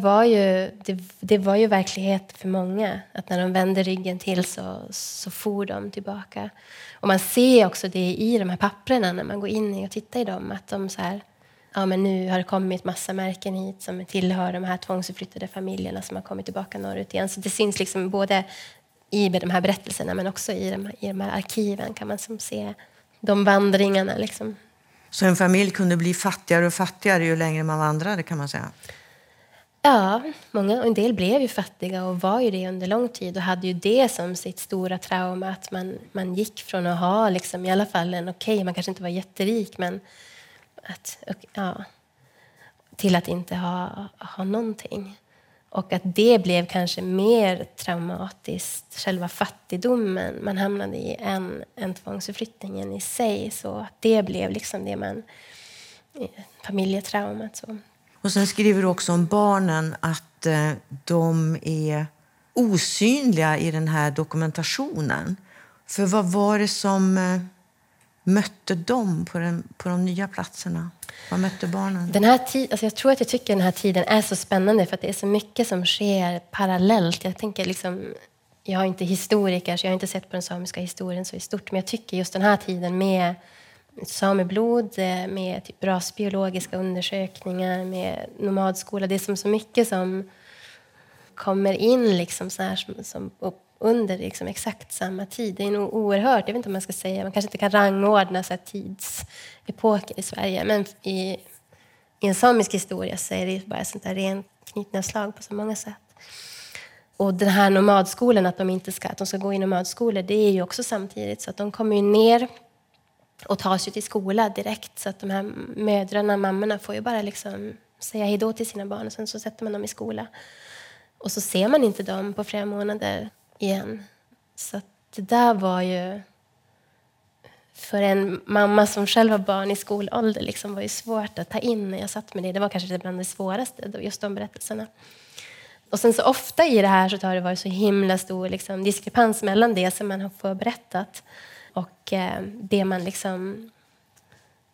var ju verklighet för många. Att när de vände ryggen till så for de tillbaka. Och man ser också det i de här papperna när man går in och tittar i dem. Att de så här, ja men nu har det kommit massa märken hit som tillhör de här tvångsförflyttade familjerna som har kommit tillbaka norrut igen. Så det syns liksom både i de här berättelserna men också i de här arkiven kan man som se de vandringarna liksom. Så en familj kunde bli fattigare och fattigare ju längre man vandrade, kan man säga? Ja, många och en del blev ju fattiga och var ju det under lång tid och hade ju det som sitt stora trauma att man gick från att ha liksom, i alla fall en man kanske inte var jätterik men till att inte ha någonting. Och att det blev kanske mer traumatiskt, själva fattigdomen man hamnade i än tvångsförflyttningen i sig. Så att det blev liksom det familjetraumat så. Och sen skriver du också om barnen att de är osynliga i den här dokumentationen. För vad var det som mötte dem på de nya platserna? Vad mötte barnen? Den här jag tror att jag tycker den här tiden är så spännande för att det är så mycket som sker parallellt. Jag tänker liksom, jag är inte historiker så jag har inte sett på den samiska historien så i stort. Men jag tycker just den här tiden med sameblod, med typ rasbiologiska undersökningar, med nomadskola. Det är som så mycket som kommer in liksom så här som under liksom exakt samma tid. Det är nog oerhört, jag vet inte om man ska säga, man kanske inte kan rangordna så här tidsepoker i Sverige. Men i en samisk historia så är det bara sånt där rent knytnävsslag på så många sätt. Och den här nomadskolan, att de ska gå i nomadskolor, det är ju också samtidigt så att de kommer ju ner och tas ju till skola direkt så att de här mödrarna, mammorna får ju bara liksom säga hej då till sina barn och sen så sätter man dem i skola. Och så ser man inte dem på flera månader igen. Så att det där var ju för en mamma som själv var barn i skolålder liksom var ju svårt att ta in när jag satt med det. Det var kanske bland det svåraste, just de berättelserna. Och sen så ofta i det här så har det varit så himla stor liksom, diskrepans mellan det som man har berättat och det man liksom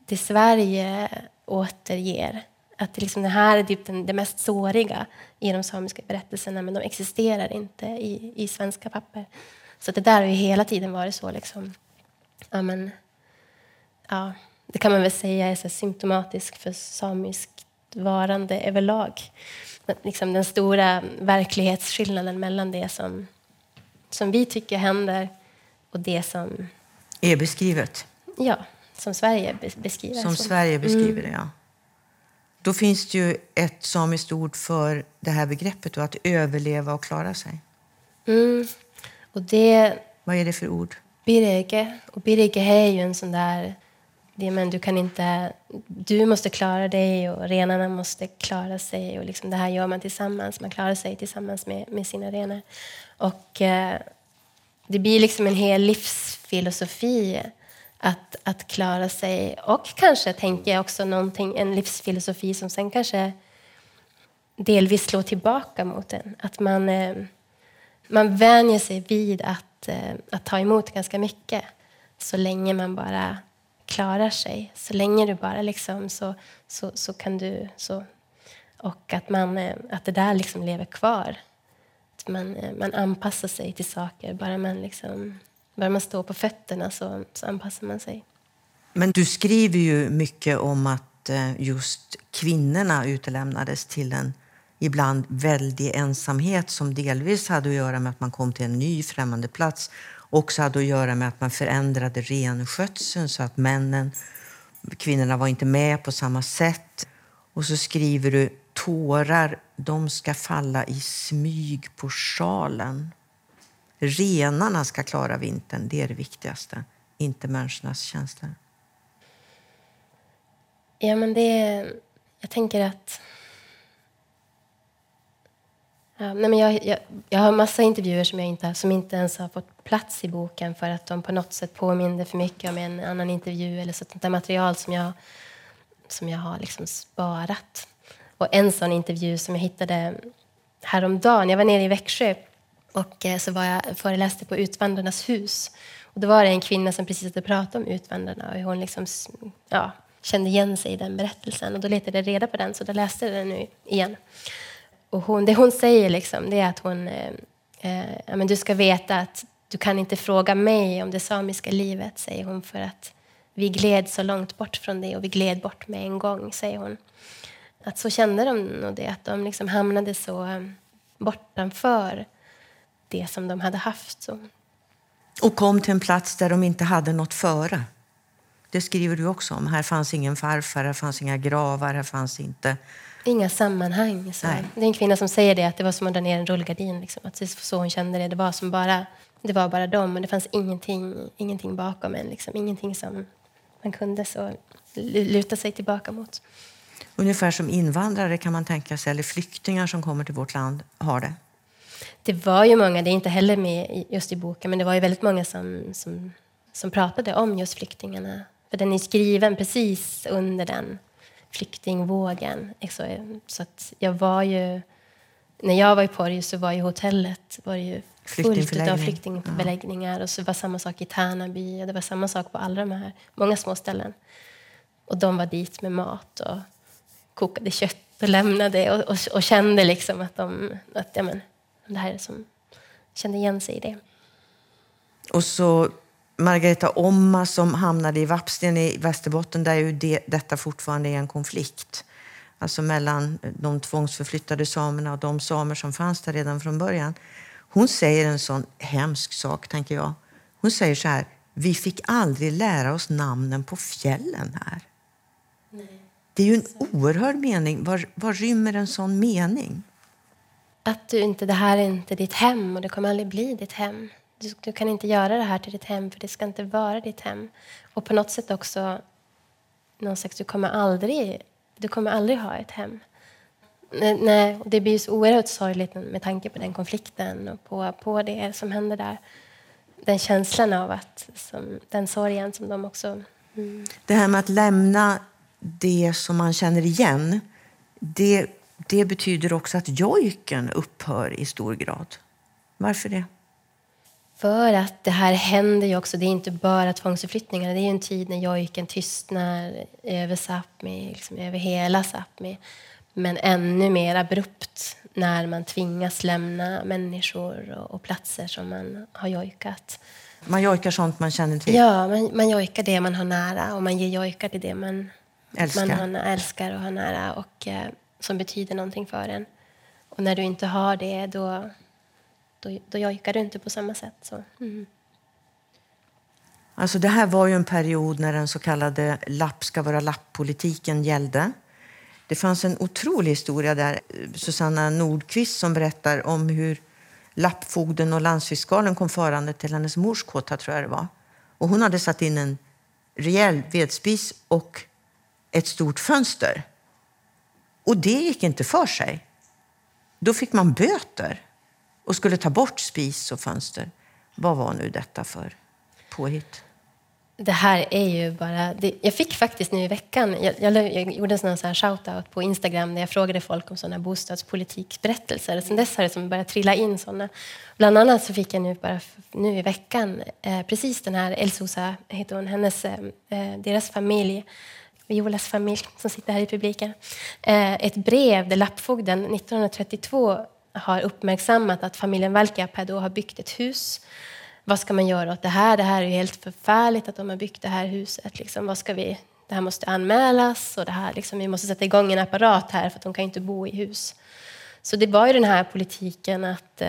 det Sverige återger. Att det, liksom, det här är typ det mest såriga i de samiska berättelserna, men de existerar inte i svenska papper. Så det där har ju hela tiden varit så. Liksom. Det kan man väl säga är så symptomatiskt för samiskt varande överlag. Liksom den stora verklighetsskillnaden mellan det som vi tycker händer och det som är beskrivet. Ja, som Sverige beskriver. Som Sverige beskriver det, ja. Då finns det ju ett samiskt ord för det här begreppet då, att överleva och klara sig. Och det... Vad är det för ord? Birge. Och Birge är ju en sån där... Men du måste klara dig och renarna måste klara sig. Och liksom det här gör man tillsammans. Man klarar sig tillsammans med sina renar. Och det blir liksom en hel livsfilosofi att klara sig. Och kanske tänker jag också en livsfilosofi som sen kanske delvis slår tillbaka mot en. Att man vänjer sig vid att ta emot ganska mycket. Så länge man bara klarar sig. Så länge du bara liksom så kan du så. Och att det där liksom lever kvar. Att man anpassar sig till saker. Bara man står på fötterna så anpassar man sig. Men du skriver ju mycket om att just kvinnorna utelämnades till en ibland väldig ensamhet som delvis hade att göra med att man kom till en ny främmande plats. Också hade att göra med att man förändrade renskötseln så att kvinnorna var inte med på samma sätt. Och så skriver du: tårar, de ska falla i smyg på sjalen. Renarna ska klara vintern, det är det viktigaste. Inte människornas känslor. Ja, men jag tänker att... Jag har massa intervjuer som inte ens har fått plats i boken för att de på något sätt påminner för mycket om en annan intervju eller sånt där material som jag har liksom sparat. Och en sån intervju som jag hittade häromdagen, jag var nere i Växjö och så var jag föreläste på Utvandrarnas hus. Och då var det en kvinna som precis hade pratat om utvandrarna och hur hon liksom, kände igen sig i den berättelsen. Och då letade jag reda på den, så då läste jag den nu igen. Och det hon säger liksom, det är att men du ska veta att du kan inte fråga mig om det samiska livet, säger hon, för att vi gled så långt bort från det och vi gled bort med en gång, säger hon. Att så kände de nog det, att de liksom hamnade så bortanför det som de hade haft. Så. Och kom till en plats där de inte hade något före. Det skriver du också om. Här fanns ingen farfar, här fanns inga gravar, här fanns inte... Inga sammanhang. Så. Det är en kvinna som säger det, att det var som att dra ner en rullgardin. Liksom. Att det var så hon kände det. Det var bara dem, och det fanns ingenting bakom en. Liksom. Ingenting som man kunde så luta sig tillbaka mot. Ungefär som invandrare kan man tänka sig, eller flyktingar som kommer till vårt land har det. Det var ju många, det är inte heller med just i boken, men det var ju väldigt många som pratade om just flyktingarna. För den är skriven precis under den flyktingvågen. Så att när jag var i Porjus så var ju hotellet ju fullt av flyktingbeläggningar. Och så var samma sak i Tärnaby, och det var samma sak på alla de här många små ställen. Och de var dit med mat och kokade kött och lämnade och kände liksom att det här är som kände igen sig i det. Och så Margareta Omma som hamnade i Vapsten i Västerbotten, där ju detta fortfarande är en konflikt. Alltså mellan de tvångsförflyttade samerna och de samer som fanns där redan från början. Hon säger en sån hemsk sak, tänker jag. Hon säger så här: vi fick aldrig lära oss namnen på fjällen här. Nej. Det är ju en oerhörd mening. Vad rymmer en sån mening? Att det här är inte ditt hem, och det kommer aldrig bli ditt hem. Du kan inte göra det här till ditt hem, för det ska inte vara ditt hem. Och på något sätt också, du kommer aldrig ha ett hem. Nej, det blir så oerhört sorgligt med tanke på den konflikten och på det som händer där. Den känslan av den sorgen som de också... Det här med att lämna det som man känner igen, det betyder också att jojken upphör i stor grad. Varför det? För att det här händer ju också, det är inte bara tvångsförflyttningar, det är ju en tid när jojken tystnar över Sápmi, liksom över hela Sápmi. Men ännu mer abrupt när man tvingas lämna människor och platser som man har jojkat. Man jojkar sånt man känner till? Ja, man jojkar det man har nära och man ger jojkar till det man älskar och har nära och som betyder någonting för en. Och när du inte har det, då jojkar du inte på samma sätt. Så. Mm. Alltså det här var ju en period när den så kallade lapp ska vara lapp-politiken gällde. Det fanns en otrolig historia där, Susanna Nordqvist, som berättar om hur lappfogden och landsfiskalen kom förande till hennes mors kåta, tror jag det var. Och hon hade satt in en rejäl vedspis och ett stort fönster. Och det gick inte för sig. Då fick man böter och skulle ta bort spis och fönster. Vad var nu detta för påhitt? Det här är ju bara... jag fick faktiskt nu i veckan... Jag gjorde en sån här shoutout på Instagram där jag frågade folk om såna bostadspolitikberättelser. Och sen dess har det som börjat trilla in såna. Bland annat så fick jag nu i veckan precis den här Elsusa, heter hon, deras familj, Violas familj som sitter här i publiken. Ett brev där lappfogden 1932 har uppmärksammat att familjen Valkeapää då har byggt ett hus. Vad ska man göra åt det här? Det här är ju helt förfärligt att de har byggt det här huset. Liksom, det här måste anmälas och det här, liksom, vi måste sätta igång en apparat här för att de kan inte bo i hus. Så det var ju den här politiken att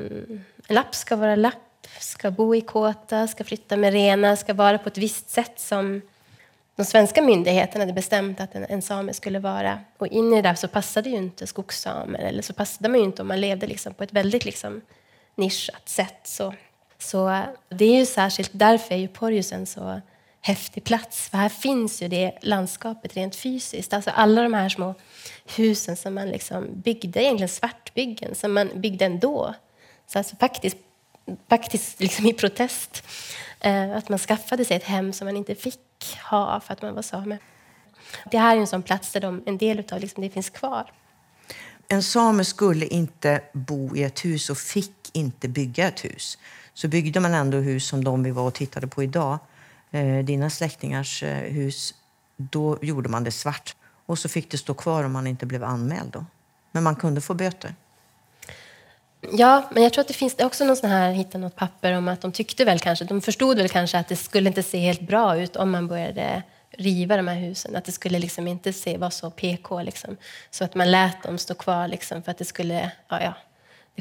lapp ska vara lapp, ska bo i kåta, ska flytta med renar, ska vara på ett visst sätt som de svenska myndigheterna hade bestämt att en same skulle vara. Och in i det där så passade ju inte skogssamer, eller så passade man ju inte om man levde liksom på ett väldigt liksom nischat sätt. Så det är ju särskilt därför är ju Porjus en så häftig plats. För här finns ju det landskapet rent fysiskt. Alltså alla de här små husen som man liksom byggde, egentligen svartbyggen, som man byggde ändå. Så alltså faktiskt liksom i protest. Att man skaffade sig ett hem som man inte fick ha för att man var same. Det här är en sån plats där en del av liksom det finns kvar. En same skulle inte bo i ett hus och fick inte bygga ett hus. Så byggde man ändå hus som de vi var och tittade på idag. Dina släktingars hus, då gjorde man det svart. Och så fick det stå kvar om man inte blev anmäld då. Men man kunde få böter. Ja, men jag tror att det finns också någon sån här, hitta något papper om att de förstod väl kanske att det skulle inte se helt bra ut om man började riva de här husen. Att det skulle liksom inte vara så PK liksom. Så att man lät dem stå kvar liksom för att det skulle, det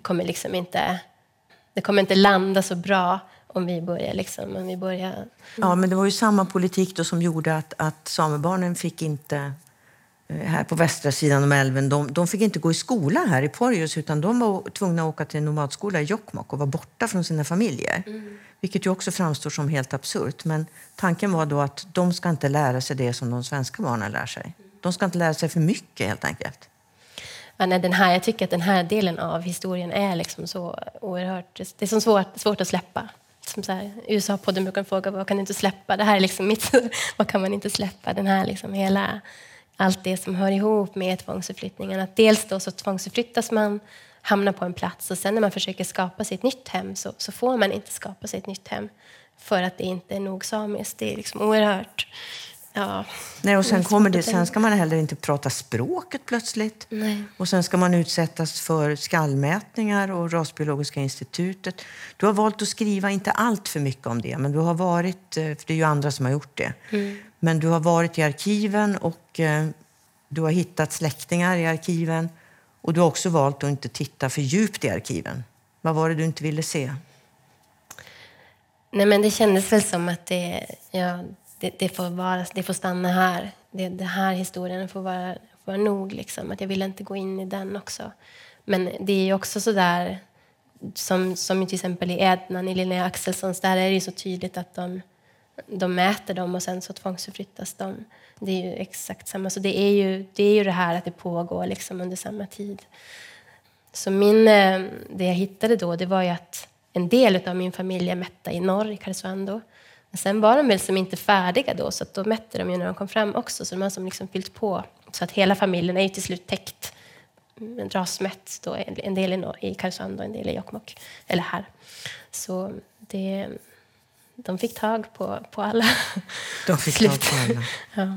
kommer inte landa så bra om vi börjar. Ja, men det var ju samma politik då som gjorde att samebarnen fick inte här på västra sidan om älven, de fick inte gå i skola här i Porjus, utan de var tvungna att åka till en nomadskola i Jokkmokk och vara borta från sina familjer. Vilket ju också framstår som helt absurt. Men tanken var då att de ska inte lära sig det som de svenska barnen lär sig. De ska inte lära sig för mycket helt enkelt. Ja, nej, jag tycker att den här delen av historien är liksom så oerhört... Det är så svårt att släppa. Som så här, USA-podden brukar fråga, vad kan du inte släppa? Det här är liksom vad kan man inte släppa? Den här liksom allt det som hör ihop med tvångsförflyttningen. Att dels då så tvångsförflyttas man, hamnar på en plats, och sen när man försöker skapa sig ett nytt hem så får man inte skapa sig ett nytt hem för att det inte är nog samiskt. Det är liksom oerhört... Ja. Nej, och sen ska man heller inte prata språket plötsligt. Nej. Och sen ska man utsättas för skallmätningar och Rasbiologiska institutet. Du har valt att skriva inte allt för mycket om det, men du har varit, för det är ju andra som har gjort det. Men du har varit i arkiven och du har hittat släktingar i arkiven, och du har också valt att inte titta för djupt i arkiven. Vad var det du inte ville se? Nej, men det kändes väl som att det får stanna här. Det här historien får vara nog. Liksom. Att jag vill inte gå in i den också. Men det är ju också så där, som till exempel i Ednan, i Linnea Axelssons, där är det ju så tydligt att de mäter dem och sen så tvångsförflyttas de. Det är ju exakt samma. Så det är ju det här att det pågår liksom under samma tid. Så det jag hittade då, det var ju att en del av min familj är mätta i norr, i Karesuando. Men sen var de väl som inte färdiga då, så att då mätte de ju när de kom fram också. Så de har som liksom fyllt på. Så att hela familjen är ju till slut täckt, rasmätt då, en del i Karesuando, en del i Jokkmokk, eller här. Så de fick tag på alla. De fick tag på alla. Ja.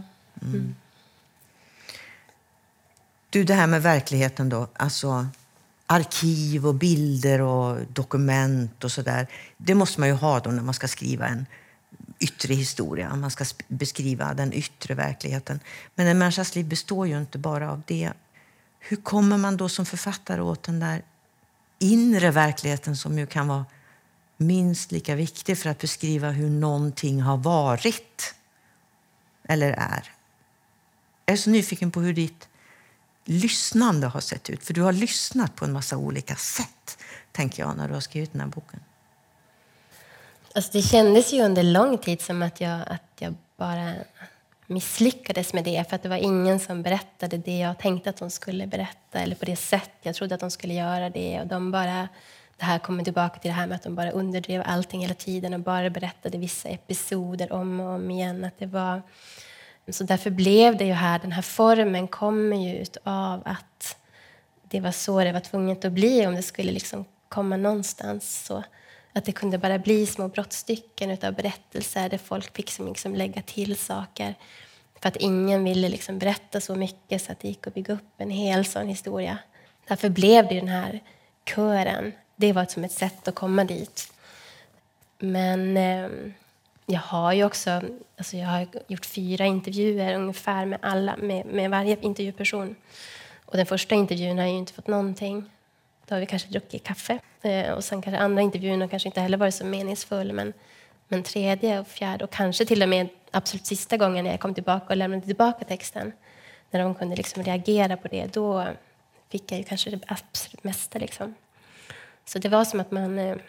Du, det här med verkligheten då. Alltså arkiv och bilder och dokument och sådär. Det måste man ju ha då när man ska skriva en yttre historia. Man ska beskriva den yttre verkligheten. Men en människas liv består ju inte bara av det. Hur kommer man då som författare åt den där inre verkligheten som ju kan vara minst lika viktig för att beskriva hur någonting har varit eller är? Jag är så nyfiken på hur ditt lyssnande har sett ut. För du har lyssnat på en massa olika sätt, tänker jag, när du har skrivit den här boken. Alltså det kändes ju under lång tid som att jag bara misslyckades med det. För att det var ingen som berättade det jag tänkte att de skulle berätta. Eller på det sätt jag trodde att de skulle göra det. Och det här kommer tillbaka till det här med att de bara underdrev allting hela tiden. Och bara berättade vissa episoder om och om igen. Att det var... Så därför blev det ju här, den här formen kommer ju ut av att det var så det var tvunget att bli om det skulle liksom komma någonstans. Så att det kunde bara bli små brottstycken utav berättelser där folk fick liksom lägga till saker. För att ingen ville liksom berätta så mycket så att det gick att bygga upp en hel sån historia. Därför blev det den här kören. Det var som ett sätt att komma dit. Men... Jag har ju också, alltså jag har gjort 4 intervjuer ungefär med varje intervjuperson. Och den första intervjun har jag ju inte fått någonting. Då har vi kanske druckit kaffe. Och sen kanske andra intervjuer kanske inte heller varit så meningsfull. Men tredje och fjärde och kanske till och med absolut sista gången när jag kom tillbaka och lämnade tillbaka texten. När de kunde liksom reagera på det, då fick jag ju kanske det absolut mesta. Liksom. Så det var som att man...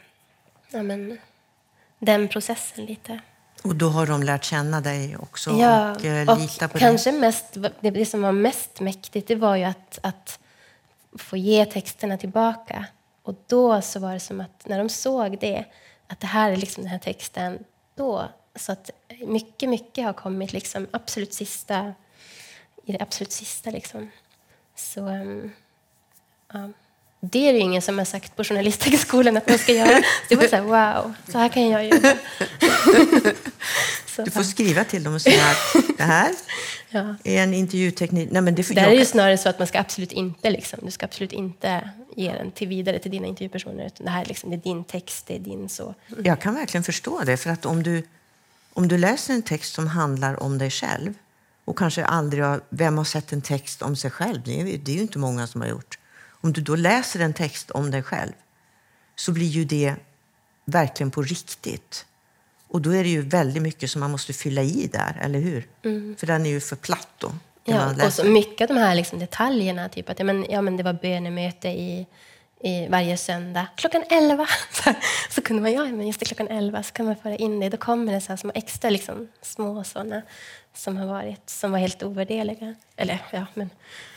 den processen lite. Och då har de lärt känna dig också och lita på kanske dig. Mest, det som var mest mäktigt, det var ju att få ge texterna tillbaka. Och då så var det som att när de såg det, att det här är liksom den här texten, då så att mycket har kommit liksom absolut sista i det absolut sista liksom. Så ja. Det är ju ingen som har sagt på journalisthögskolan att man ska göra. Så det var så här, wow, så här kan jag jobba. Du får skriva till dem och säga att det här är en intervjuteknik. Nej, men det är ju snarare så att man ska absolut inte liksom, du ska absolut inte ge den vidare till dina intervjupersoner, utan det här liksom, det är din text, det är din så. Jag kan verkligen förstå det, för att om du läser en text som handlar om dig själv och kanske aldrig vem har sett en text om sig själv? Det är ju inte många som har gjort. Om du då läser en text om dig själv så blir ju det verkligen på riktigt. Och då är det ju väldigt mycket som man måste fylla i där, eller hur? För den är ju för platt då. Ja, och så mycket av de här liksom detaljerna, typ att det var bönemöte i varje söndag. Klockan 11. Så kunde man, men just det, klockan 11 så kan man föra in det. Då kommer det så här små extra liksom, små sådana som var helt ovärderliga. Eller, men...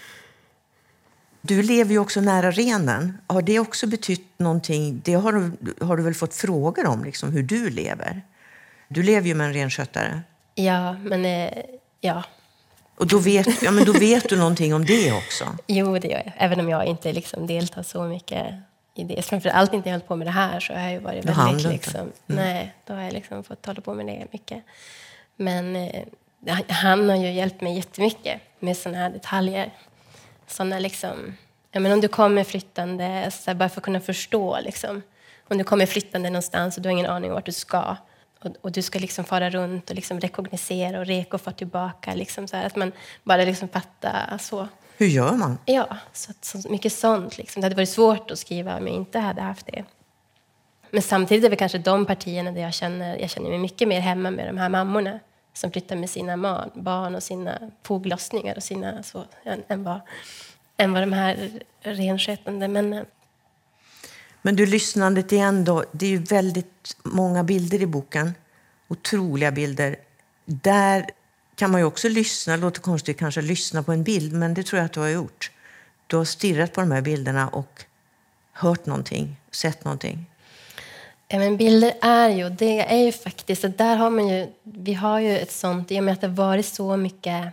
Du lever ju också nära renen. Har det också betytt någonting? Det har du väl fått frågor om, liksom, hur du lever? Du lever ju med en renskötare. Ja, men ja. Och då vet du någonting om det också? Jo, det gör jag. Även om jag inte liksom deltar så mycket i det. Framför allt inte hållit på med det här, så har jag ju varit väldigt liksom... Nej, då har jag liksom fått hålla på med det mycket. Men han har ju hjälpt mig jättemycket med såna här detaljer. Såna liksom... om du kommer flyttande, så bara för att kunna förstå liksom. Om du kommer flyttande någonstans och du har ingen aning om vart du ska. Och du ska liksom fara runt och liksom rekognosera och reka och få tillbaka. Liksom så här, att man bara liksom fattar så. Hur gör man? Ja, så mycket sånt. Liksom. Det hade varit svårt att skriva om jag inte hade haft det. Men samtidigt är det kanske de partierna där jag känner mig mycket mer hemma med de här mammorna. Som flyttar med sina barn och sina foglossningar och sina så, än vad de här renskötande männen. Men du, lyssnandet igen då, det är ju väldigt många bilder i boken. Otroliga bilder. Där kan man ju också lyssna, det låter konstigt kanske lyssna på en bild, men det tror jag att du har gjort. Du har stirrat på de här bilderna och hört någonting, sett någonting. Ja, men bilder det är ju faktiskt, att där har vi har ju ett sånt, i och med att det har varit så mycket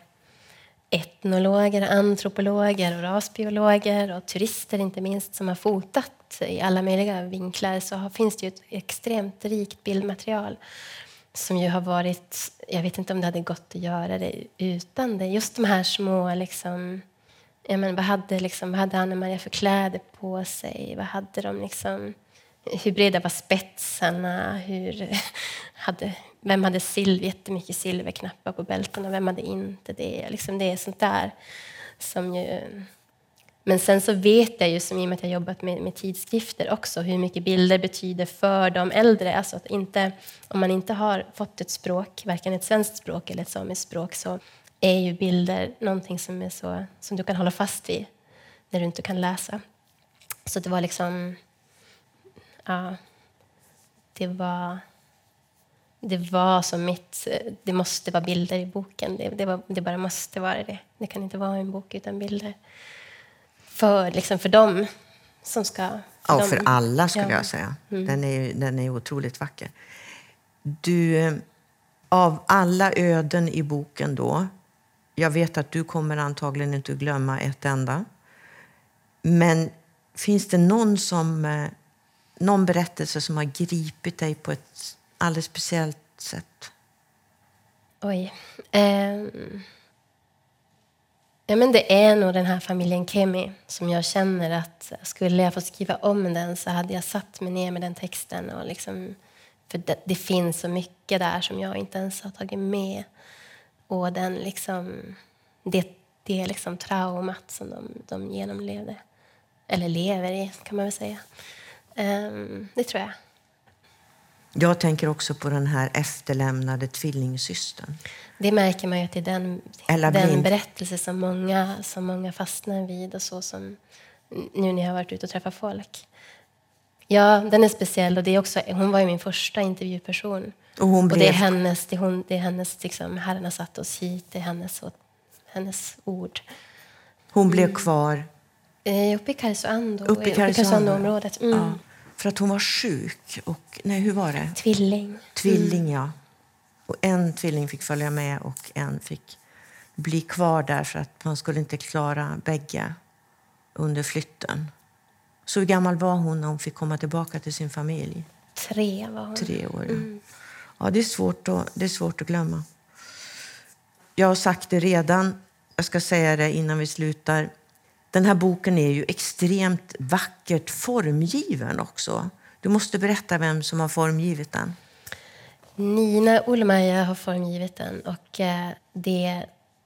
etnologer, antropologer och rasbiologer och turister inte minst som har fotat filmat i alla möjliga vinklar så finns det ju ett extremt rikt bildmaterial som ju har varit, jag vet inte om det hade gått att göra det utan det. Just de här små, liksom, vad hade Anna-Maria för kläder på sig? Vad hade de liksom, hur breda var spetsarna? Vem hade jättemycket silverknappar på bältena? Vem hade inte det? Liksom, det är sånt där som ju... Men sen så vet jag ju, som i och med att jag jobbat med tidskrifter också, hur mycket bilder betyder för de äldre. Alltså att om man inte har fått ett språk, varken ett svenskt språk eller ett samiskt språk, så är ju bilder någonting som du kan hålla fast vid när du inte kan läsa. Så det var liksom... Ja, det var som det måste vara bilder i boken. Det bara måste vara det. Det kan inte vara en bok utan bilder. För dem som ska... För alla skulle jag säga. Den är otroligt vacker. Du, av alla öden i boken då, jag vet att du kommer antagligen inte att glömma ett enda. Men finns det någon berättelse som har gripit dig på ett alldeles speciellt sätt? Oj. Ja, men det är nog den här familjen Kemi som jag känner att skulle jag få skriva om den så hade jag satt mig ner med den texten. Och liksom, för det finns så mycket där som jag inte ens har tagit med. Och den liksom, det liksom traumat som de genomlevde. Eller lever i, kan man väl säga. Det tror jag. Jag tänker också på den här efterlämnade tvillingsystern. Det märker man ju att det är den berättelse som många fastnar vid. Och så som nu när jag har varit ute och träffat folk. Ja, den är speciell. Och det är också, hon var ju min första intervjuperson. Och det är hennes liksom, Herren har satt oss hit. Det är hennes ord. Hon blev kvar? Uppe i Karesuando-området. Ja, för att hon var sjuk. Hur var det? Tvilling, ja. Och en tvilling fick följa med och en fick bli kvar där för att man skulle inte klara bägge under flytten. Så hur gammal var hon när hon fick komma tillbaka till sin familj? 3 var hon. 3 år, ja. Ja, det är svårt att glömma. Jag har sagt det redan. Jag ska säga det innan vi slutar. Den här boken är ju extremt vackert formgiven också. Du måste berätta vem som har formgivit den. Nina Olmaja har formgivit den. Och det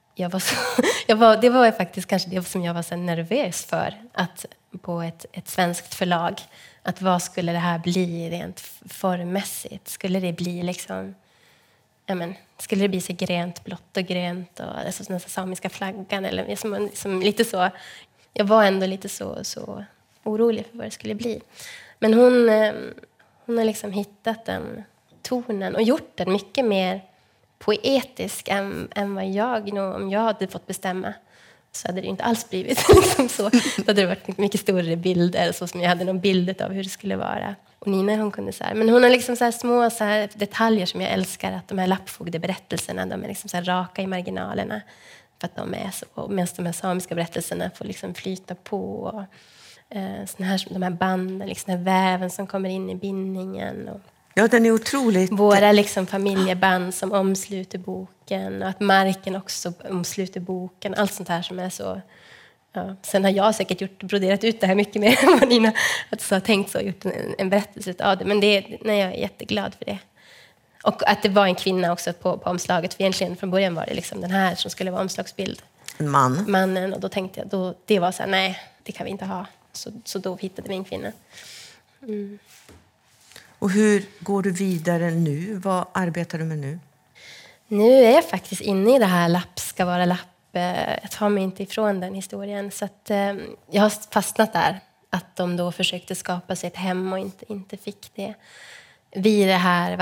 var faktiskt kanske det som jag var så nervös för. Att på ett svenskt förlag. Att vad skulle det här bli rent formmässigt? Skulle det bli liksom... skulle det bli så grönt, blått och grönt och alltså, den samiska flaggan eller som lite så. Jag var ändå lite så orolig för vad det skulle bli. Men hon har liksom hittat den tonen och gjort den mycket mer poetisk än vad om jag hade fått bestämma. Så hade det inte alls blivit liksom så. Då hade det varit mycket större bilder så som jag hade någon bild av hur det skulle vara. Och Nina, hon kunde så här. Men hon har liksom så här små så här detaljer som jag älskar. Att de här lappfogdeberättelserna, de är liksom så här raka i marginalerna. För att de är så. Medan de här samiska berättelserna får liksom flyta på. Och, de här banden, liksom den här väven som kommer in i bindningen. Och ja, den är otroligt. Våra liksom familjeband som omsluter boken. Och att marken också omsluter boken. Allt sånt här som är så... Ja. Sen har jag säkert broderat ut det här mycket mer än vad Nina har tänkt så och gjort en berättelse av det. Men jag är jätteglad för det. Och att det var en kvinna också på omslaget. För egentligen från början var det liksom den här som skulle vara omslagsbild. En man. Mannen. Och då tänkte jag, det var så här, nej, det kan vi inte ha. Så då hittade vi en kvinna. Mm. Och hur går du vidare nu? Vad arbetar du med nu? Nu är jag faktiskt inne i det här lapp ska vara lapp. Jag tar mig inte ifrån den historien. Så att, jag har fastnat där. Att de då försökte skapa sig ett hem och inte fick det. Vid det här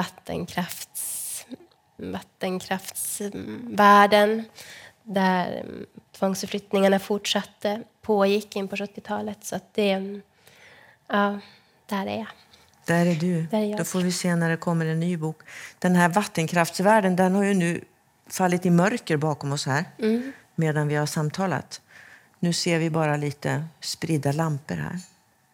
vattenkraftsvärlden. Där tvångsförflyttningarna pågick in på 70-talet. Så att där är jag. Där är du. Där är jag. Då får vi se när det kommer en ny bok. Den här vattenkraftsvärlden, den har ju nu fallit i mörker bakom oss här. Medan vi har samtalat. Nu ser vi bara lite spridda lampor här.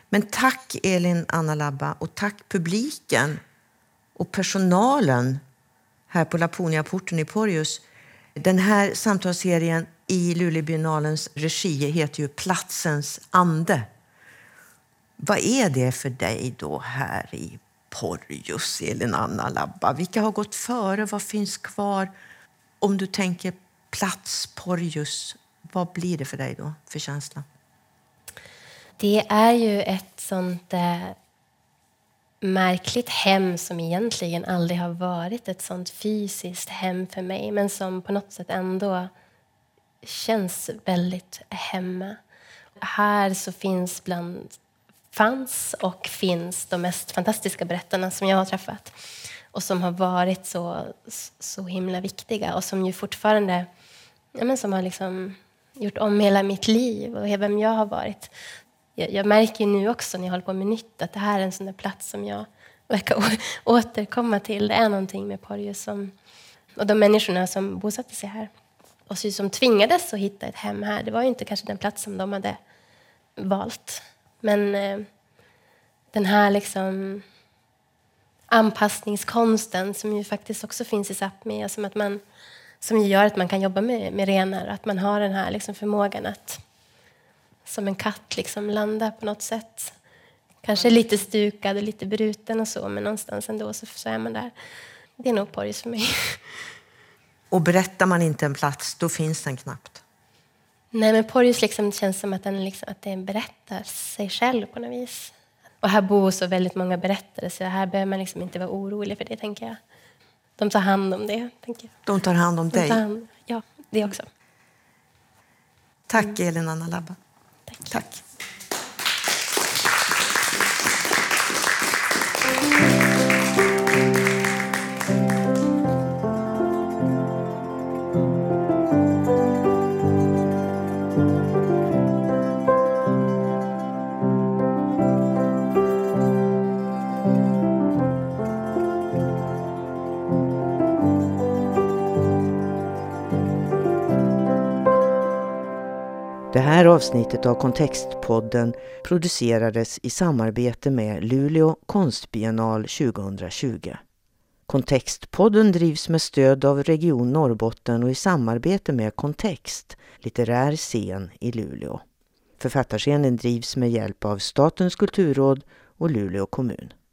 Men tack Elin Anna Labba och tack publiken och personalen här på Laponia-porten i Porjus. Den här samtalsserien i Luleåbiennalens regi heter ju Platsens ande. Vad är det för dig då här i Porjus, Elin Anna Labba? Vilka har gått före? Vad finns kvar? Om du tänker plats Porjus, vad blir det för dig då för känsla? Det är ju ett sånt märkligt hem som egentligen aldrig har varit ett sånt fysiskt hem för mig, men som på något sätt ändå känns väldigt hemma. Här så fanns och finns de mest fantastiska berättarna som jag har träffat och som har varit så himla viktiga och som ju fortfarande som har liksom gjort om hela mitt liv och vem jag har varit. Jag märker ju nu också när jag håller på med nytt att det här är en sån där plats som jag verkar återkomma till. Det är någonting med Porjus och de människorna som bosatte sig här och som tvingades att hitta ett hem här. Det var ju inte kanske den plats som de hade valt. Men den här liksom anpassningskonsten som ju faktiskt också finns i Sápmi och som gör att man kan jobba med renar. Att man har den här liksom förmågan att som en katt liksom landa på något sätt. Kanske lite stukad och lite bruten och så, men någonstans ändå så är man där. Det är nog Porjus för mig. Och berättar man inte en plats, då finns den knappt. Nej, men Porjus liksom känns som att den berättar sig själv på något vis. Och här bor så väldigt många berättare, så här behöver man liksom inte vara orolig för det, tänker jag. De tar hand om det, tänker jag. De tar hand om dig? Ja, det också. Tack Elin Anna Labba. Tack. Det här avsnittet av Kontextpodden producerades i samarbete med Luleå konstbiennal 2020. Kontextpodden drivs med stöd av Region Norrbotten och i samarbete med Kontext, litterär scen i Luleå. Författarscenen drivs med hjälp av Statens kulturråd och Luleå kommun.